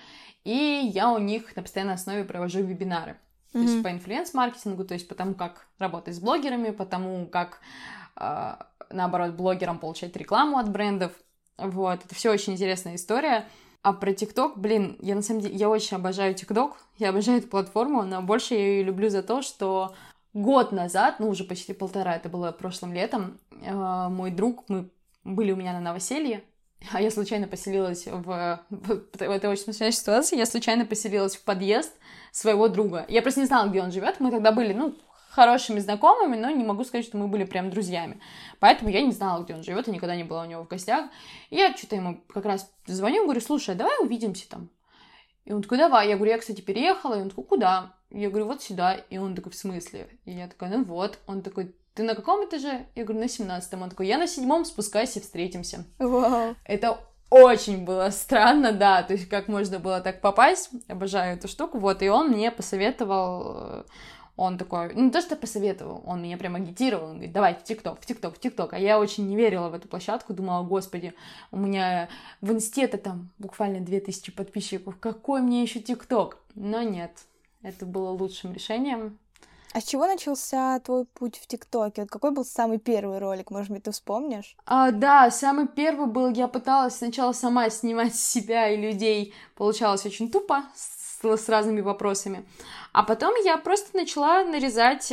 и я у них на постоянной основе провожу вебинары. То есть mm-hmm. по инфлюенс-маркетингу, то есть по тому, как работать с блогерами, по тому, как, э, наоборот, блогерам получать рекламу от брендов. Вот, это все очень интересная история. А про ТикТок, блин, я на самом деле, я очень обожаю ТикТок, я обожаю эту платформу, но больше я ее люблю за то, что год назад, ну, уже почти полтора, это было прошлым летом, э, мой друг, мы были у меня на новоселье, а я случайно поселилась в... Это очень смешная ситуация. Я случайно поселилась в подъезд своего друга. Я просто не знала, где он живет. Мы тогда были, ну, хорошими знакомыми, но не могу сказать, что мы были прям друзьями. Поэтому я не знала, где он живет, и никогда не была у него в гостях. И я что-то ему как раз звоню, говорю, слушай, давай увидимся там. И он такой, давай. Я говорю, я, кстати, переехала. И он такой, куда? Я говорю, вот сюда. И он такой, в смысле? И я такая, ну вот. Он такой, ты на каком этаже? Я говорю, на семнадцатом. Он такой, я на седьмом, спускайся, встретимся. Wow. Это очень было странно, да, то есть как можно было так попасть, обожаю эту штуку, вот, и он мне посоветовал, он такой, ну, не то, что посоветовал, он меня прям агитировал, он говорит, давай, в ТикТок, в ТикТок, в ТикТок, а я очень не верила в эту площадку, думала, господи, у меня в инсте-то там буквально две тысячи подписчиков, какой мне еще ТикТок? Но нет, это было лучшим решением. А с чего начался твой путь в ТикТоке? Вот какой был самый первый ролик, может быть, ты вспомнишь? А, да, самый первый был, я пыталась сначала сама снимать себя и людей, получалось очень тупо, с, с разными вопросами. А потом я просто начала нарезать э,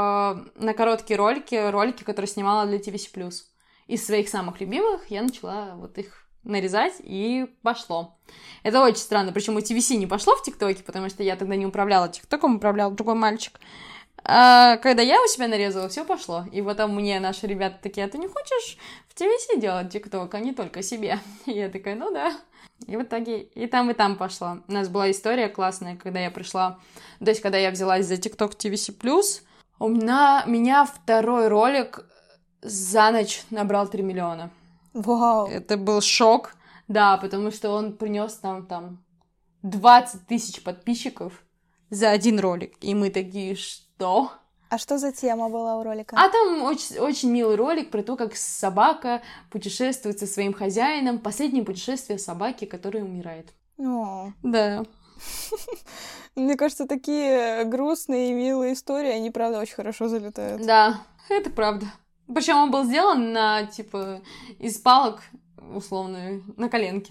на короткие ролики, ролики, которые снимала для ти ви си плюс. Из своих самых любимых я начала вот их нарезать, и пошло. Это очень странно, причем у ти ви си не пошло в ТикТоке, потому что я тогда не управляла ТикТоком, управлял другой мальчик. А когда я у себя нарезала, все пошло. И потом мне наши ребята такие, а ты не хочешь в ти ви си делать ТикТок, а не только себе? И я такая, ну да. И в итоге и там, и там пошла. У нас была история классная, когда я пришла, то есть когда я взялась за ТикТок ти ви си плюс, у меня, меня второй ролик за ночь набрал три миллиона. Вау. Это был шок, да, потому что он принес нам там двадцать тысяч подписчиков за один ролик. И мы такие, что? А что за тема была у ролика? А там очень, очень милый ролик про то, как собака путешествует со своим хозяином. Последнее путешествие собаки, которая умирает. О. Да. Мне кажется, такие грустные и милые истории, они, правда, очень хорошо залетают. Да, это правда. Причем он был сделан на, типа, из палок, условно, на коленке.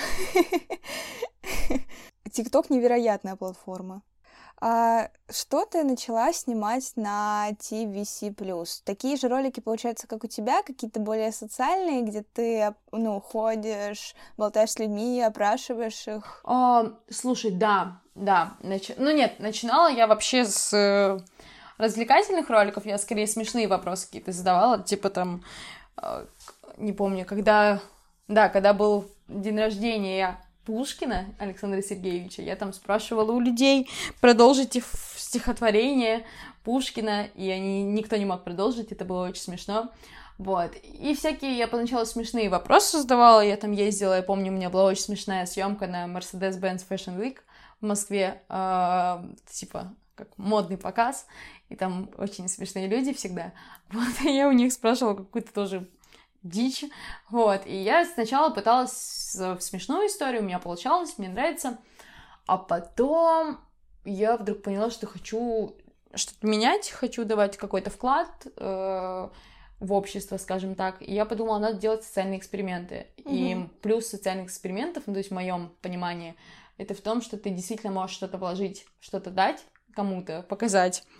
ТикТок — невероятная платформа. А что ты начала снимать на ти ви си плюс? Такие же ролики, получается, как у тебя? Какие-то более социальные, где ты, ну, ходишь, болтаешь с людьми, опрашиваешь их? О, слушай, да, да. Нач... Ну нет, начинала я вообще с э, развлекательных роликов. Я скорее смешные вопросы какие-то задавала. Типа там, э, не помню, когда... Да, когда был день рождения Пушкина Александра Сергеевича, я там спрашивала у людей, продолжите стихотворение Пушкина, и они, никто не мог продолжить, это было очень смешно. Вот. И всякие я поначалу смешные вопросы задавала, я там ездила, я помню, у меня была очень смешная съемка на Mercedes-Benz Fashion Week в Москве, э, типа, как модный показ, и там очень смешные люди всегда. Вот, и я у них спрашивала какую-то тоже дичь, вот, и я сначала пыталась в смешную историю, у меня получалось, мне нравится, а потом я вдруг поняла, что хочу что-то менять, хочу давать какой-то вклад э, в общество, скажем так, и я подумала, надо делать социальные эксперименты, mm-hmm. и плюс социальных экспериментов, ну, то есть в моем понимании, это в том, что ты действительно можешь что-то вложить, что-то дать кому-то, показать,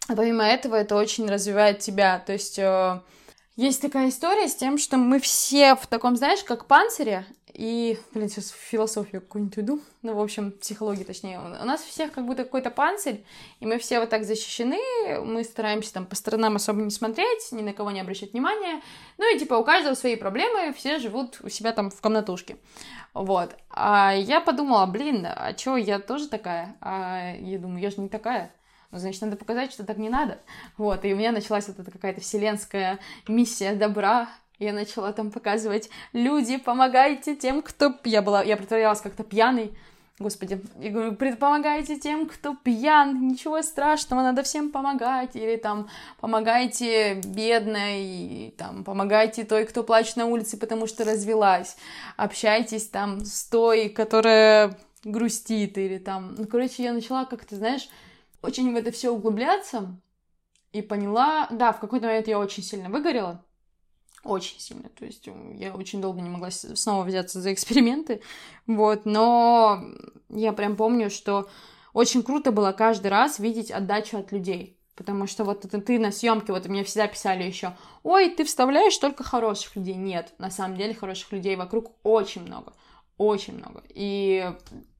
А помимо этого, это очень развивает тебя. То есть э, есть такая история с тем, что мы все в таком, знаешь, как панцире, и, блин, сейчас философию какую-нибудь уйду, ну, в общем, психологию точнее. У нас всех как будто какой-то панцирь, и мы все вот так защищены, мы стараемся там по сторонам особо не смотреть, ни на кого не обращать внимания, ну, и типа у каждого свои проблемы, все живут у себя там в комнатушке, вот. А я подумала, блин, а чё, я тоже такая? А я думаю, я же не такая. Ну, значит, надо показать, что так не надо. Вот, и у меня началась вот эта какая-то вселенская миссия добра. Я начала там показывать: люди, помогайте тем, кто... Я была, я притворялась как-то пьяной. Господи, я говорю, помогайте тем, кто пьян, ничего страшного, надо всем помогать. Или там, помогайте бедной, там, помогайте той, кто плачет на улице, потому что развелась. Общайтесь там с той, которая грустит, или там... Ну, короче, я начала как-то, знаешь, очень в это все углубляться, и поняла... Да, в какой-то момент я очень сильно выгорела. Очень сильно, то есть я очень долго не могла снова взяться за эксперименты, вот, но я прям помню, что очень круто было каждый раз видеть отдачу от людей, потому что вот это ты на съемке, вот мне всегда писали еще: ой, ты вставляешь только хороших людей. Нет, на самом деле хороших людей вокруг очень много, очень много, и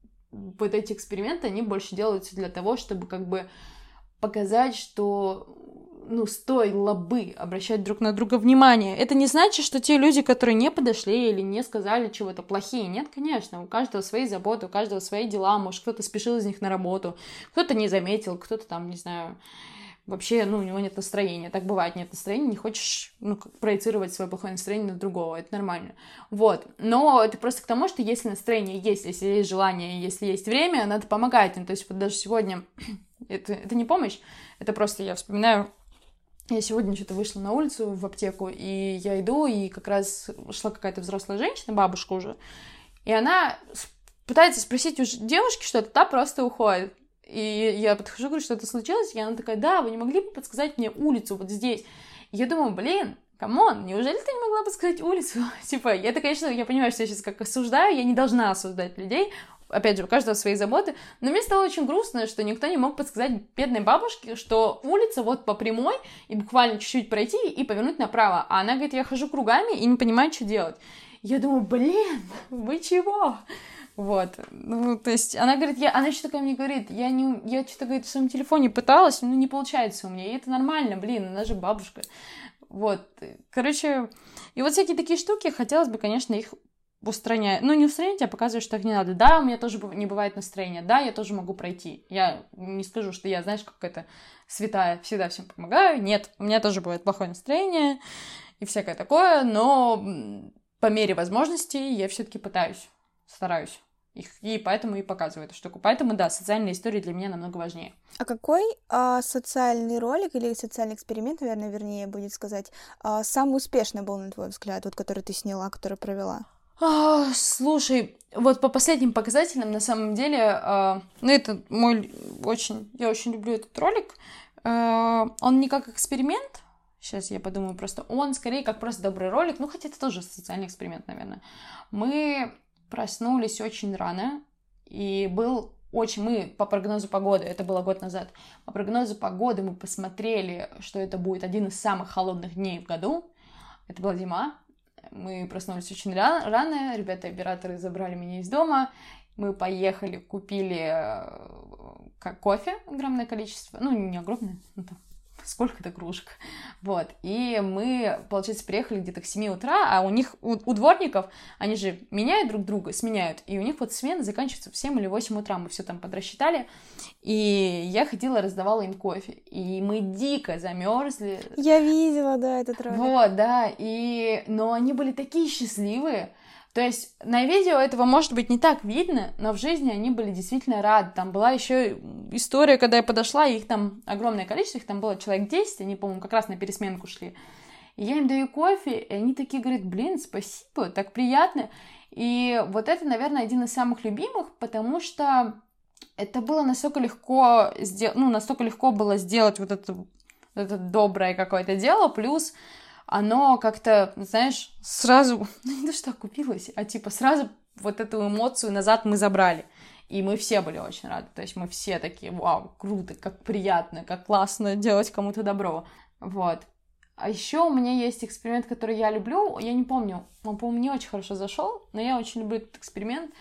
вот эти эксперименты, они больше делаются для того, чтобы как бы показать, что... ну, стоило бы обращать друг на друга внимание. Это не значит, что те люди, которые не подошли или не сказали чего-то, плохие. Нет, конечно, у каждого свои заботы, у каждого свои дела. Может, кто-то спешил из них на работу, кто-то не заметил, кто-то там, не знаю, вообще, ну, у него нет настроения. Так бывает, нет настроения, не хочешь, ну, проецировать свое плохое настроение на другого. Это нормально. Вот. Но это просто к тому, что если настроение есть, если есть желание, если есть время, надо помогать им. То есть вот даже сегодня это, это не помощь, это просто я вспоминаю. Я сегодня что-то вышла на улицу в аптеку, и я иду, и как раз шла какая-то взрослая женщина, бабушка уже, и она пытается спросить у девушки что-то, та просто уходит. И я подхожу, говорю, что-то случилось, и она такая: да, вы не могли бы подсказать мне улицу вот здесь? И я думаю, блин, камон, неужели ты не могла подсказать улицу? Типа, это, конечно, я понимаю, что я сейчас как осуждаю, я не должна осуждать людей, опять же, у каждого свои заботы, но мне стало очень грустно, что никто не мог подсказать бедной бабушке, что улица вот по прямой, и буквально чуть-чуть пройти и повернуть направо. А она говорит: я хожу кругами и не понимаю, что делать. Я думаю, блин, вы чего? Вот, ну, то есть она говорит, я, она что такое мне говорит, я, не, я что-то, говорит, в своем телефоне пыталась, но не получается у меня, и это нормально, блин, она же бабушка. Вот, короче, и вот всякие такие штуки, хотелось бы, конечно, их устранять, ну, не устранять, а показывать, что так не надо. Да, у меня тоже не бывает настроения, да, я тоже могу пройти. Я не скажу, что я, знаешь, какая-то святая, всегда всем помогаю. Нет, у меня тоже бывает плохое настроение и всякое такое, но по мере возможностей я все-таки пытаюсь, стараюсь их, и поэтому и показываю эту штуку. Поэтому, да, социальные истории для меня намного важнее. А какой а, социальный ролик или социальный эксперимент, наверное, вернее будет сказать, а, самый успешный был, на твой взгляд, вот который ты сняла, который провела? А, слушай, вот по последним показателям, на самом деле, а, ну, это мой очень, я очень люблю этот ролик, а, он не как эксперимент, сейчас я подумаю, просто он скорее как просто добрый ролик, ну, хотя это тоже социальный эксперимент, наверное. Мы проснулись очень рано, и был очень... Мы по прогнозу погоды, это было год назад, по прогнозу погоды мы посмотрели, что это будет один из самых холодных дней в году. Это была зима. Мы проснулись очень рано, ребята-операторы забрали меня из дома, мы поехали, купили как кофе огромное количество, ну, не огромное, ну, там, сколько-то кружек, вот, и мы, получается, приехали где-то к семи утра, а у них, у, у дворников, они же меняют друг друга, сменяют, и у них вот смена заканчивается в семь или восемь утра, мы все там подрасчитали, и я ходила, раздавала им кофе, и мы дико замерзли. Я видела, да, этот ролик. Вот, да, и, но они были такие счастливые. То есть на видео этого, может быть, не так видно, но в жизни они были действительно рады. Там была еще история, когда я подошла, их там огромное количество, их там было человек десять, они, по-моему, как раз на пересменку шли. И я им даю кофе, и они такие говорят: блин, спасибо, так приятно. И вот это, наверное, один из самых любимых, потому что это было настолько легко, сдел... ну, настолько легко было сделать вот это, вот это доброе какое-то дело, плюс... оно как-то, знаешь, сразу, ну не то, что окупилось, а типа сразу вот эту эмоцию назад мы забрали. И мы все были очень рады, то есть мы все такие, вау, круто, как приятно, как классно делать кому-то добро, вот. А еще у меня есть эксперимент, который я люблю, я не помню, он, по-моему, не очень хорошо зашел, но я очень люблю этот эксперимент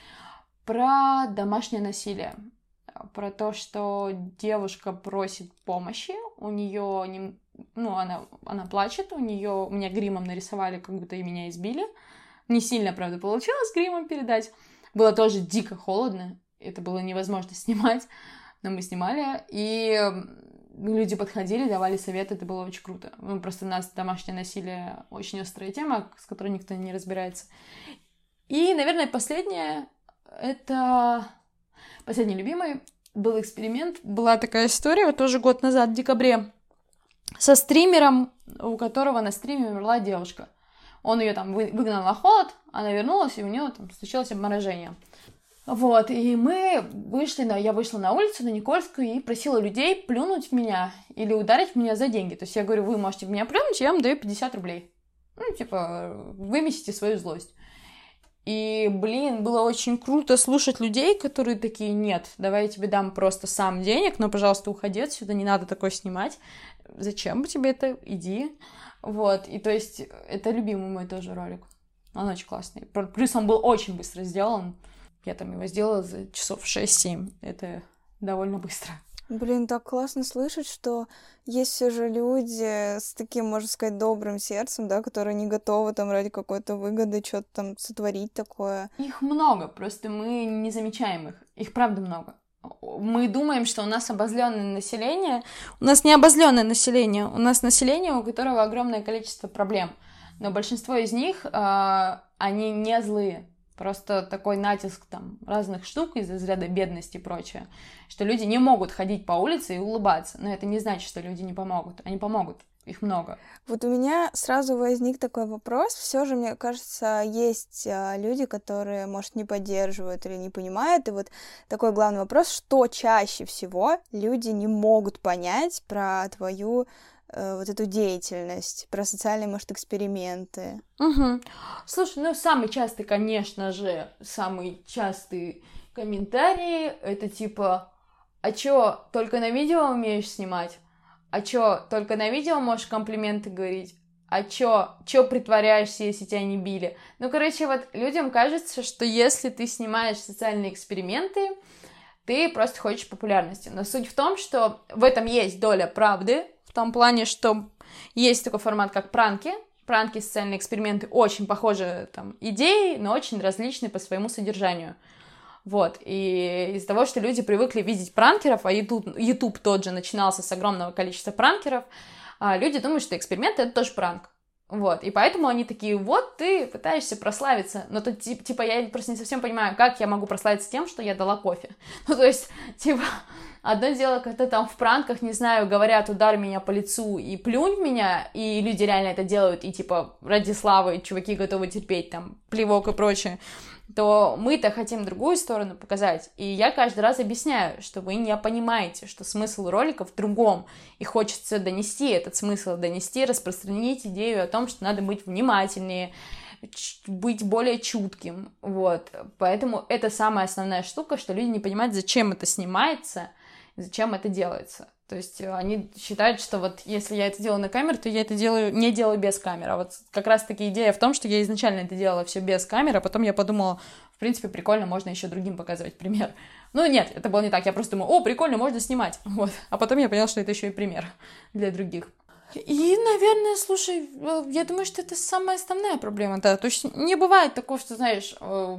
про домашнее насилие, про то, что девушка просит помощи, у нее, не, ну, она, она плачет, у нее, у меня гримом нарисовали, как будто и меня избили, не сильно, правда, получилось гримом передать, было тоже дико холодно, это было невозможно снимать, но мы снимали, и люди подходили, давали советы, это было очень круто. Ну, просто у нас домашнее насилие очень острая тема, с которой никто не разбирается. И, наверное, последнее, это последний любимый был эксперимент. Была такая история, тоже год назад, в декабре, со стримером, у которого на стриме умерла девушка. Он ее там выгнал на холод, она вернулась, и у нее там случилось обморожение. Вот, и мы вышли, на, я вышла на улицу, на Никольскую, и просила людей плюнуть в меня или ударить в меня за деньги. То есть я говорю, вы можете в меня плюнуть, я вам даю пятьдесят рублей. Ну, типа, выместите свою злость. И, блин, было очень круто слушать людей, которые такие, нет, давай я тебе дам просто сам денег, но, пожалуйста, уходи отсюда, не надо такое снимать. Зачем бы тебе это? Иди. Вот, и то есть это любимый мой тоже ролик. Он очень классный. Плюс он был очень быстро сделан. Я там его сделала за часов шесть-семь. Это довольно быстро. Блин, так классно слышать, что есть все же люди с таким, можно сказать, добрым сердцем, да, которые не готовы там ради какой-то выгоды что-то там сотворить такое. Их много, просто мы не замечаем их. Их правда много. Мы думаем, что у нас обозленное население. У нас не обозленное население, у нас население, у которого огромное количество проблем. Но большинство из них, э, они не злые. Просто такой натиск там разных штук из разряда бедности и прочее, что люди не могут ходить по улице и улыбаться. Но это не значит, что люди не помогут. Они помогут. Их много. Вот у меня сразу возник такой вопрос. Все же, мне кажется, есть люди, которые, может, не поддерживают или не понимают. И вот такой главный вопрос, что чаще всего люди не могут понять про твою вот эту деятельность, про социальные, может, эксперименты. Угу. Слушай, ну, самый частый, конечно же, самый частый комментарий, это типа, а чё, только на видео умеешь снимать? А чё, только на видео можешь комплименты говорить? А чё, чё притворяешься, если тебя не били? Ну, короче, вот людям кажется, что если ты снимаешь социальные эксперименты, ты просто хочешь популярности. Но суть в том, что в этом есть доля правды, в том плане, что есть такой формат, как пранки. Пранки, социальные эксперименты очень похожи там идеи, но очень различны по своему содержанию. Вот, и из-за того, что люди привыкли видеть пранкеров, а YouTube, YouTube тот же начинался с огромного количества пранкеров, люди думают, что эксперимент — это тоже пранк. Вот, и поэтому они такие, вот ты пытаешься прославиться, но тут, типа, я просто не совсем понимаю, как я могу прославиться тем, что я дала кофе. Ну, то есть, типа, одно дело, когда там в пранках, не знаю, говорят, ударь меня по лицу и плюнь в меня, и люди реально это делают, и, типа, ради славы чуваки готовы терпеть, там, плевок и прочее, то мы-то хотим другую сторону показать. И я каждый раз объясняю, что вы не понимаете, что смысл ролика в другом, и хочется донести этот смысл, донести, распространить идею о том, что надо быть внимательнее, быть более чутким, вот. Поэтому это самая основная штука, что люди не понимают, зачем это снимается, зачем это делается. То есть они считают, что вот если я это делаю на камеру, то я это делаю, не делаю без камеры. А вот как раз-таки идея в том, что я изначально это делала все без камеры, а потом я подумала, в принципе, прикольно, можно еще другим показывать пример. Ну нет, это было не так, я просто думала, о, прикольно, можно снимать. Вот. А потом я поняла, что это еще и пример для других. И, наверное, слушай, я думаю, что это самая основная проблема, да. То есть не бывает такого, что, знаешь, э,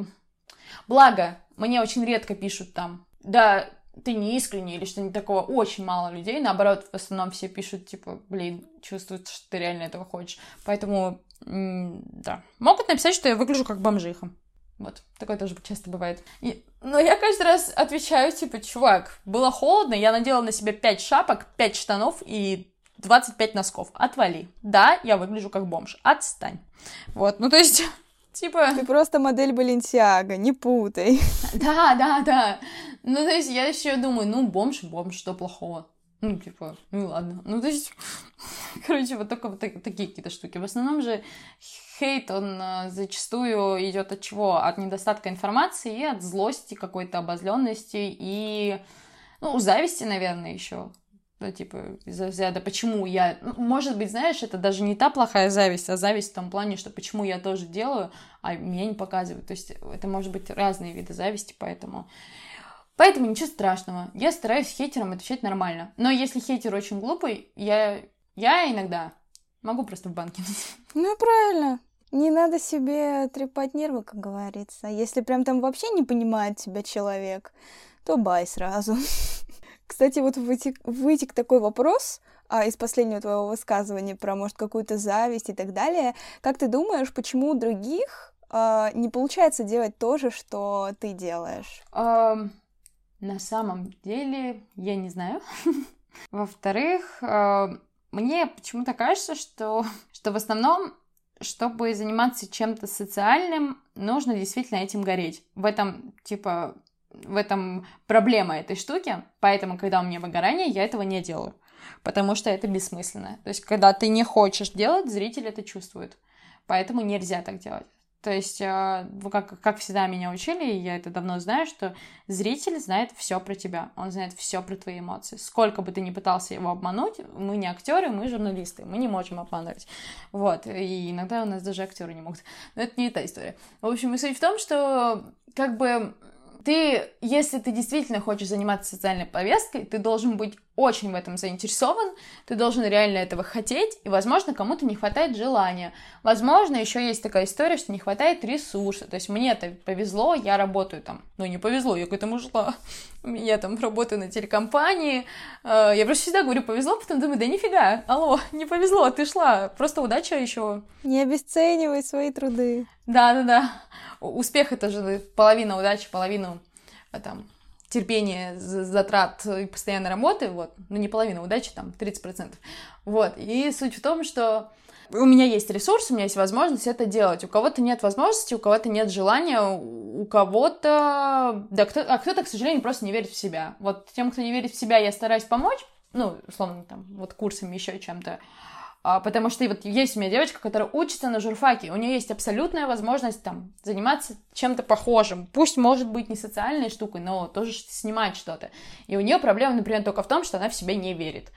благо, мне очень редко пишут там, да, ты не искренний или что-нибудь такого, очень мало людей, наоборот, в основном все пишут, типа, блин, чувствуют, что ты реально этого хочешь, поэтому, м- да, могут написать, что я выгляжу как бомжиха, вот, такое тоже часто бывает, и, но я каждый раз отвечаю, типа, чувак, было холодно, я надела на себя пять шапок, пять штанов и двадцать пять носков, отвали, да, я выгляжу как бомж, отстань, вот, ну, то есть... Типа... Ты просто модель Баленсиага, не путай. Да, да, да. Ну, то есть я еще думаю, ну, бомж, бомж, что плохого? Ну, типа, ну, ладно. Ну, то есть, короче, вот только вот так, такие какие-то штуки. В основном же хейт, он зачастую идет от чего? От недостатка информации и от злости какой-то, обозленности и, ну, зависти, наверное, еще. Ну, типа, из-за взгляда, почему я... Ну, может быть, знаешь, это даже не та плохая зависть, а зависть в том плане, что почему я тоже делаю, а меня не показывают. То есть это может быть разные виды зависти, поэтому... Поэтому ничего страшного. Я стараюсь хейтерам отвечать нормально. Но если хейтер очень глупый, я, я иногда могу просто в бан кинуть. Ну, правильно. Не надо себе трепать нервы, как говорится. Если прям там вообще не понимает тебя человек, то бай сразу. Кстати, вот вытек, вытек такой вопрос а, из последнего твоего высказывания про, может, какую-то зависть и так далее. Как ты думаешь, почему у других а, не получается делать то же, что ты делаешь? Um, на самом деле, я не знаю. Во-вторых, uh, мне почему-то кажется, что, что в основном, чтобы заниматься чем-то социальным, нужно действительно этим гореть. В этом, типа... В этом проблема этой штуки, поэтому, когда у меня выгорание, я этого не делаю, потому что это бессмысленно. То есть, когда ты не хочешь делать, зритель это чувствует, поэтому нельзя так делать. То есть, как, как всегда меня учили, и я это давно знаю, что зритель знает все про тебя, он знает все про твои эмоции. Сколько бы ты ни пытался его обмануть, мы не актеры, мы журналисты, мы не можем обманывать. Вот, и иногда у нас даже актеры не могут. Но это не та история. В общем, и суть в том, что как бы... Ты, если ты действительно хочешь заниматься социальной повесткой, ты должен быть очень в этом заинтересован, ты должен реально этого хотеть, и, возможно, кому-то не хватает желания. Возможно, еще есть такая история, что не хватает ресурса. То есть мне-то повезло, я работаю там. Ну, не повезло, я к этому шла. Я там работаю на телекомпании. Я просто всегда говорю повезло, потом думаю, да нифига, алло, не повезло, ты шла. Просто удача еще. Не обесценивай свои труды. Да-да-да. Успех — это же половина удачи, половина там терпения, затрат и постоянной работы, вот, ну не половина удачи, там тридцать процентов, вот, и суть в том, что у меня есть ресурс, у меня есть возможность это делать, у кого-то нет возможности, у кого-то нет желания, у кого-то, да, кто... а кто-то, к сожалению, просто не верит в себя, вот, тем, кто не верит в себя, я стараюсь помочь, ну, условно, там, вот, курсами, еще чем-то, А, потому что вот есть у меня девочка, которая учится на журфаке, у нее есть абсолютная возможность там заниматься чем-то похожим, пусть может быть не социальной штукой, но тоже снимать что-то. И у нее проблема, например, только в том, что она в себя не верит.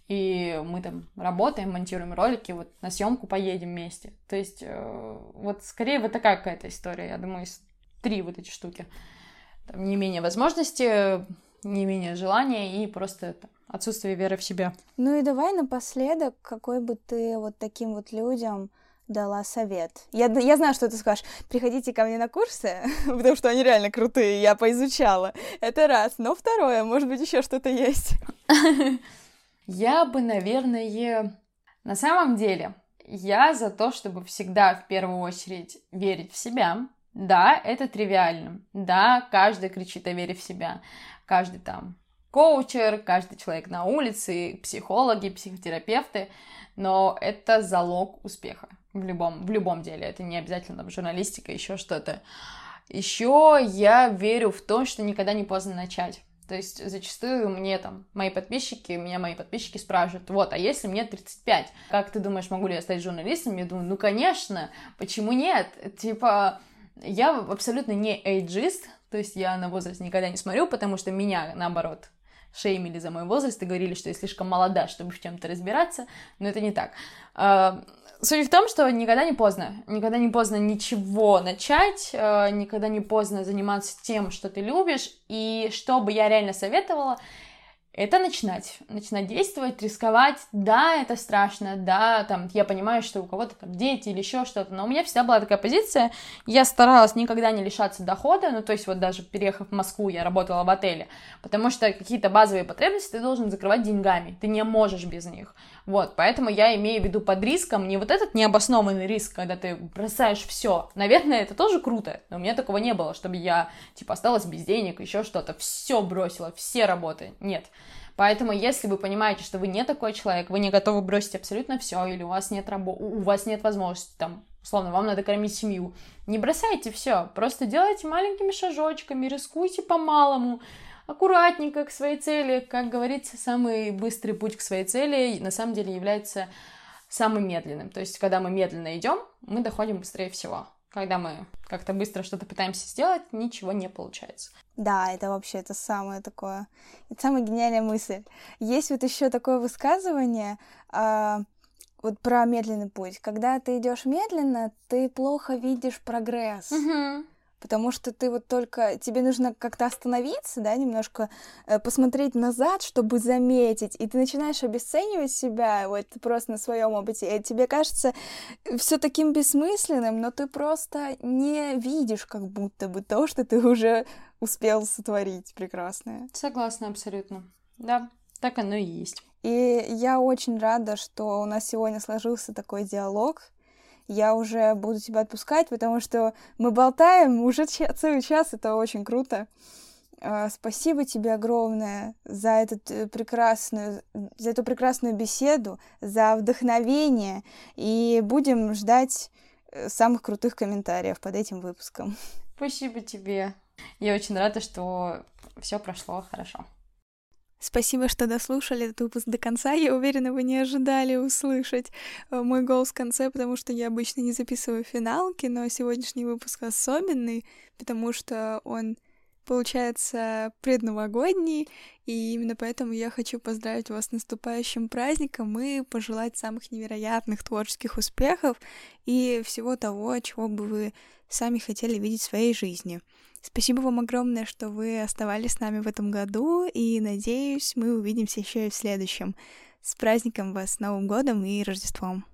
И мы там работаем, монтируем ролики, вот на съемку поедем вместе. То есть э, вот скорее вот такая какая-то история, я думаю, три вот эти штуки. Там не менее возможности, не менее желания и просто там, отсутствие веры в себя. Ну и давай напоследок, какой бы ты вот таким вот людям дала совет? Я, я знаю, что ты скажешь, приходите ко мне на курсы, потому что они реально крутые, я поизучала. Это раз. Но второе, может быть, еще что-то есть. Я бы, наверное, на самом деле, я за то, чтобы всегда в первую очередь верить в себя. Да, это тривиально. Да, каждый кричит о вере в себя. Каждый там коучер, каждый человек на улице, психологи, психотерапевты, но это залог успеха в любом, в любом деле. Это не обязательно там, журналистика, еще что-то. Еще я верю в то, что никогда не поздно начать. То есть зачастую мне там, мои подписчики, меня мои подписчики спрашивают, вот, а если мне тридцать пять, как ты думаешь, могу ли я стать журналистом? Я думаю, ну, конечно, почему нет? Типа, я абсолютно не эйджист, то есть я на возраст никогда не смотрю, потому что меня, наоборот, шеймили за мой возраст и говорили, что я слишком молода, чтобы в чем-то разбираться, но это не так. Суть в том, что никогда не поздно, никогда не поздно ничего начать, никогда не поздно заниматься тем, что ты любишь, и что бы я реально советовала, это начинать, начинать действовать, рисковать. Да, это страшно, да, там, я понимаю, что у кого-то там дети или еще что-то, но у меня всегда была такая позиция, я старалась никогда не лишаться дохода, ну, то есть вот даже переехав в Москву, я работала в отеле, потому что какие-то базовые потребности ты должен закрывать деньгами, ты не можешь без них, вот, поэтому я имею в виду под риском не вот этот необоснованный риск, когда ты бросаешь все, наверное, это тоже круто, но у меня такого не было, чтобы я, типа, осталась без денег, еще что-то, все бросила, все работы, нет. Поэтому, если вы понимаете, что вы не такой человек, вы не готовы бросить абсолютно все, или у вас нет работы, у вас нет возможности, там, условно, вам надо кормить семью, не бросайте все, просто делайте маленькими шажочками, рискуйте по-малому, аккуратненько к своей цели. Как говорится, самый быстрый путь к своей цели на самом деле является самым медленным. То есть, когда мы медленно идем, мы доходим быстрее всего. Когда мы как-то быстро что-то пытаемся сделать, ничего не получается. Да, это вообще это самое такое, это самая гениальная мысль. Есть вот еще такое высказывание э, вот про медленный путь. Когда ты идешь медленно, ты плохо видишь прогресс. Угу. Потому что ты вот только... Тебе нужно как-то остановиться, да, немножко э, посмотреть назад, чтобы заметить, и ты начинаешь обесценивать себя вот просто на своем опыте. И тебе кажется все таким бессмысленным, но ты просто не видишь как будто бы то, что ты уже успел сотворить прекрасное. Согласна абсолютно. Да, так оно и есть. И я очень рада, что у нас сегодня сложился такой диалог. Я уже буду тебя отпускать, потому что мы болтаем уже целый час, это очень круто. Спасибо тебе огромное за, этот прекрасную, за эту прекрасную беседу, за вдохновение, и будем ждать самых крутых комментариев под этим выпуском. Спасибо тебе. Я очень рада, что все прошло хорошо. Спасибо, что дослушали этот выпуск до конца. Я уверена, вы не ожидали услышать мой голос в конце, потому что я обычно не записываю финалки, но сегодняшний выпуск особенный, потому что он получается предновогодний, и именно поэтому я хочу поздравить вас с наступающим праздником и пожелать самых невероятных творческих успехов и всего того, чего бы вы сами хотели видеть в своей жизни. Спасибо вам огромное, что вы оставались с нами в этом году, и, надеюсь, мы увидимся еще и в следующем. С праздником вас, с Новым годом и Рождеством!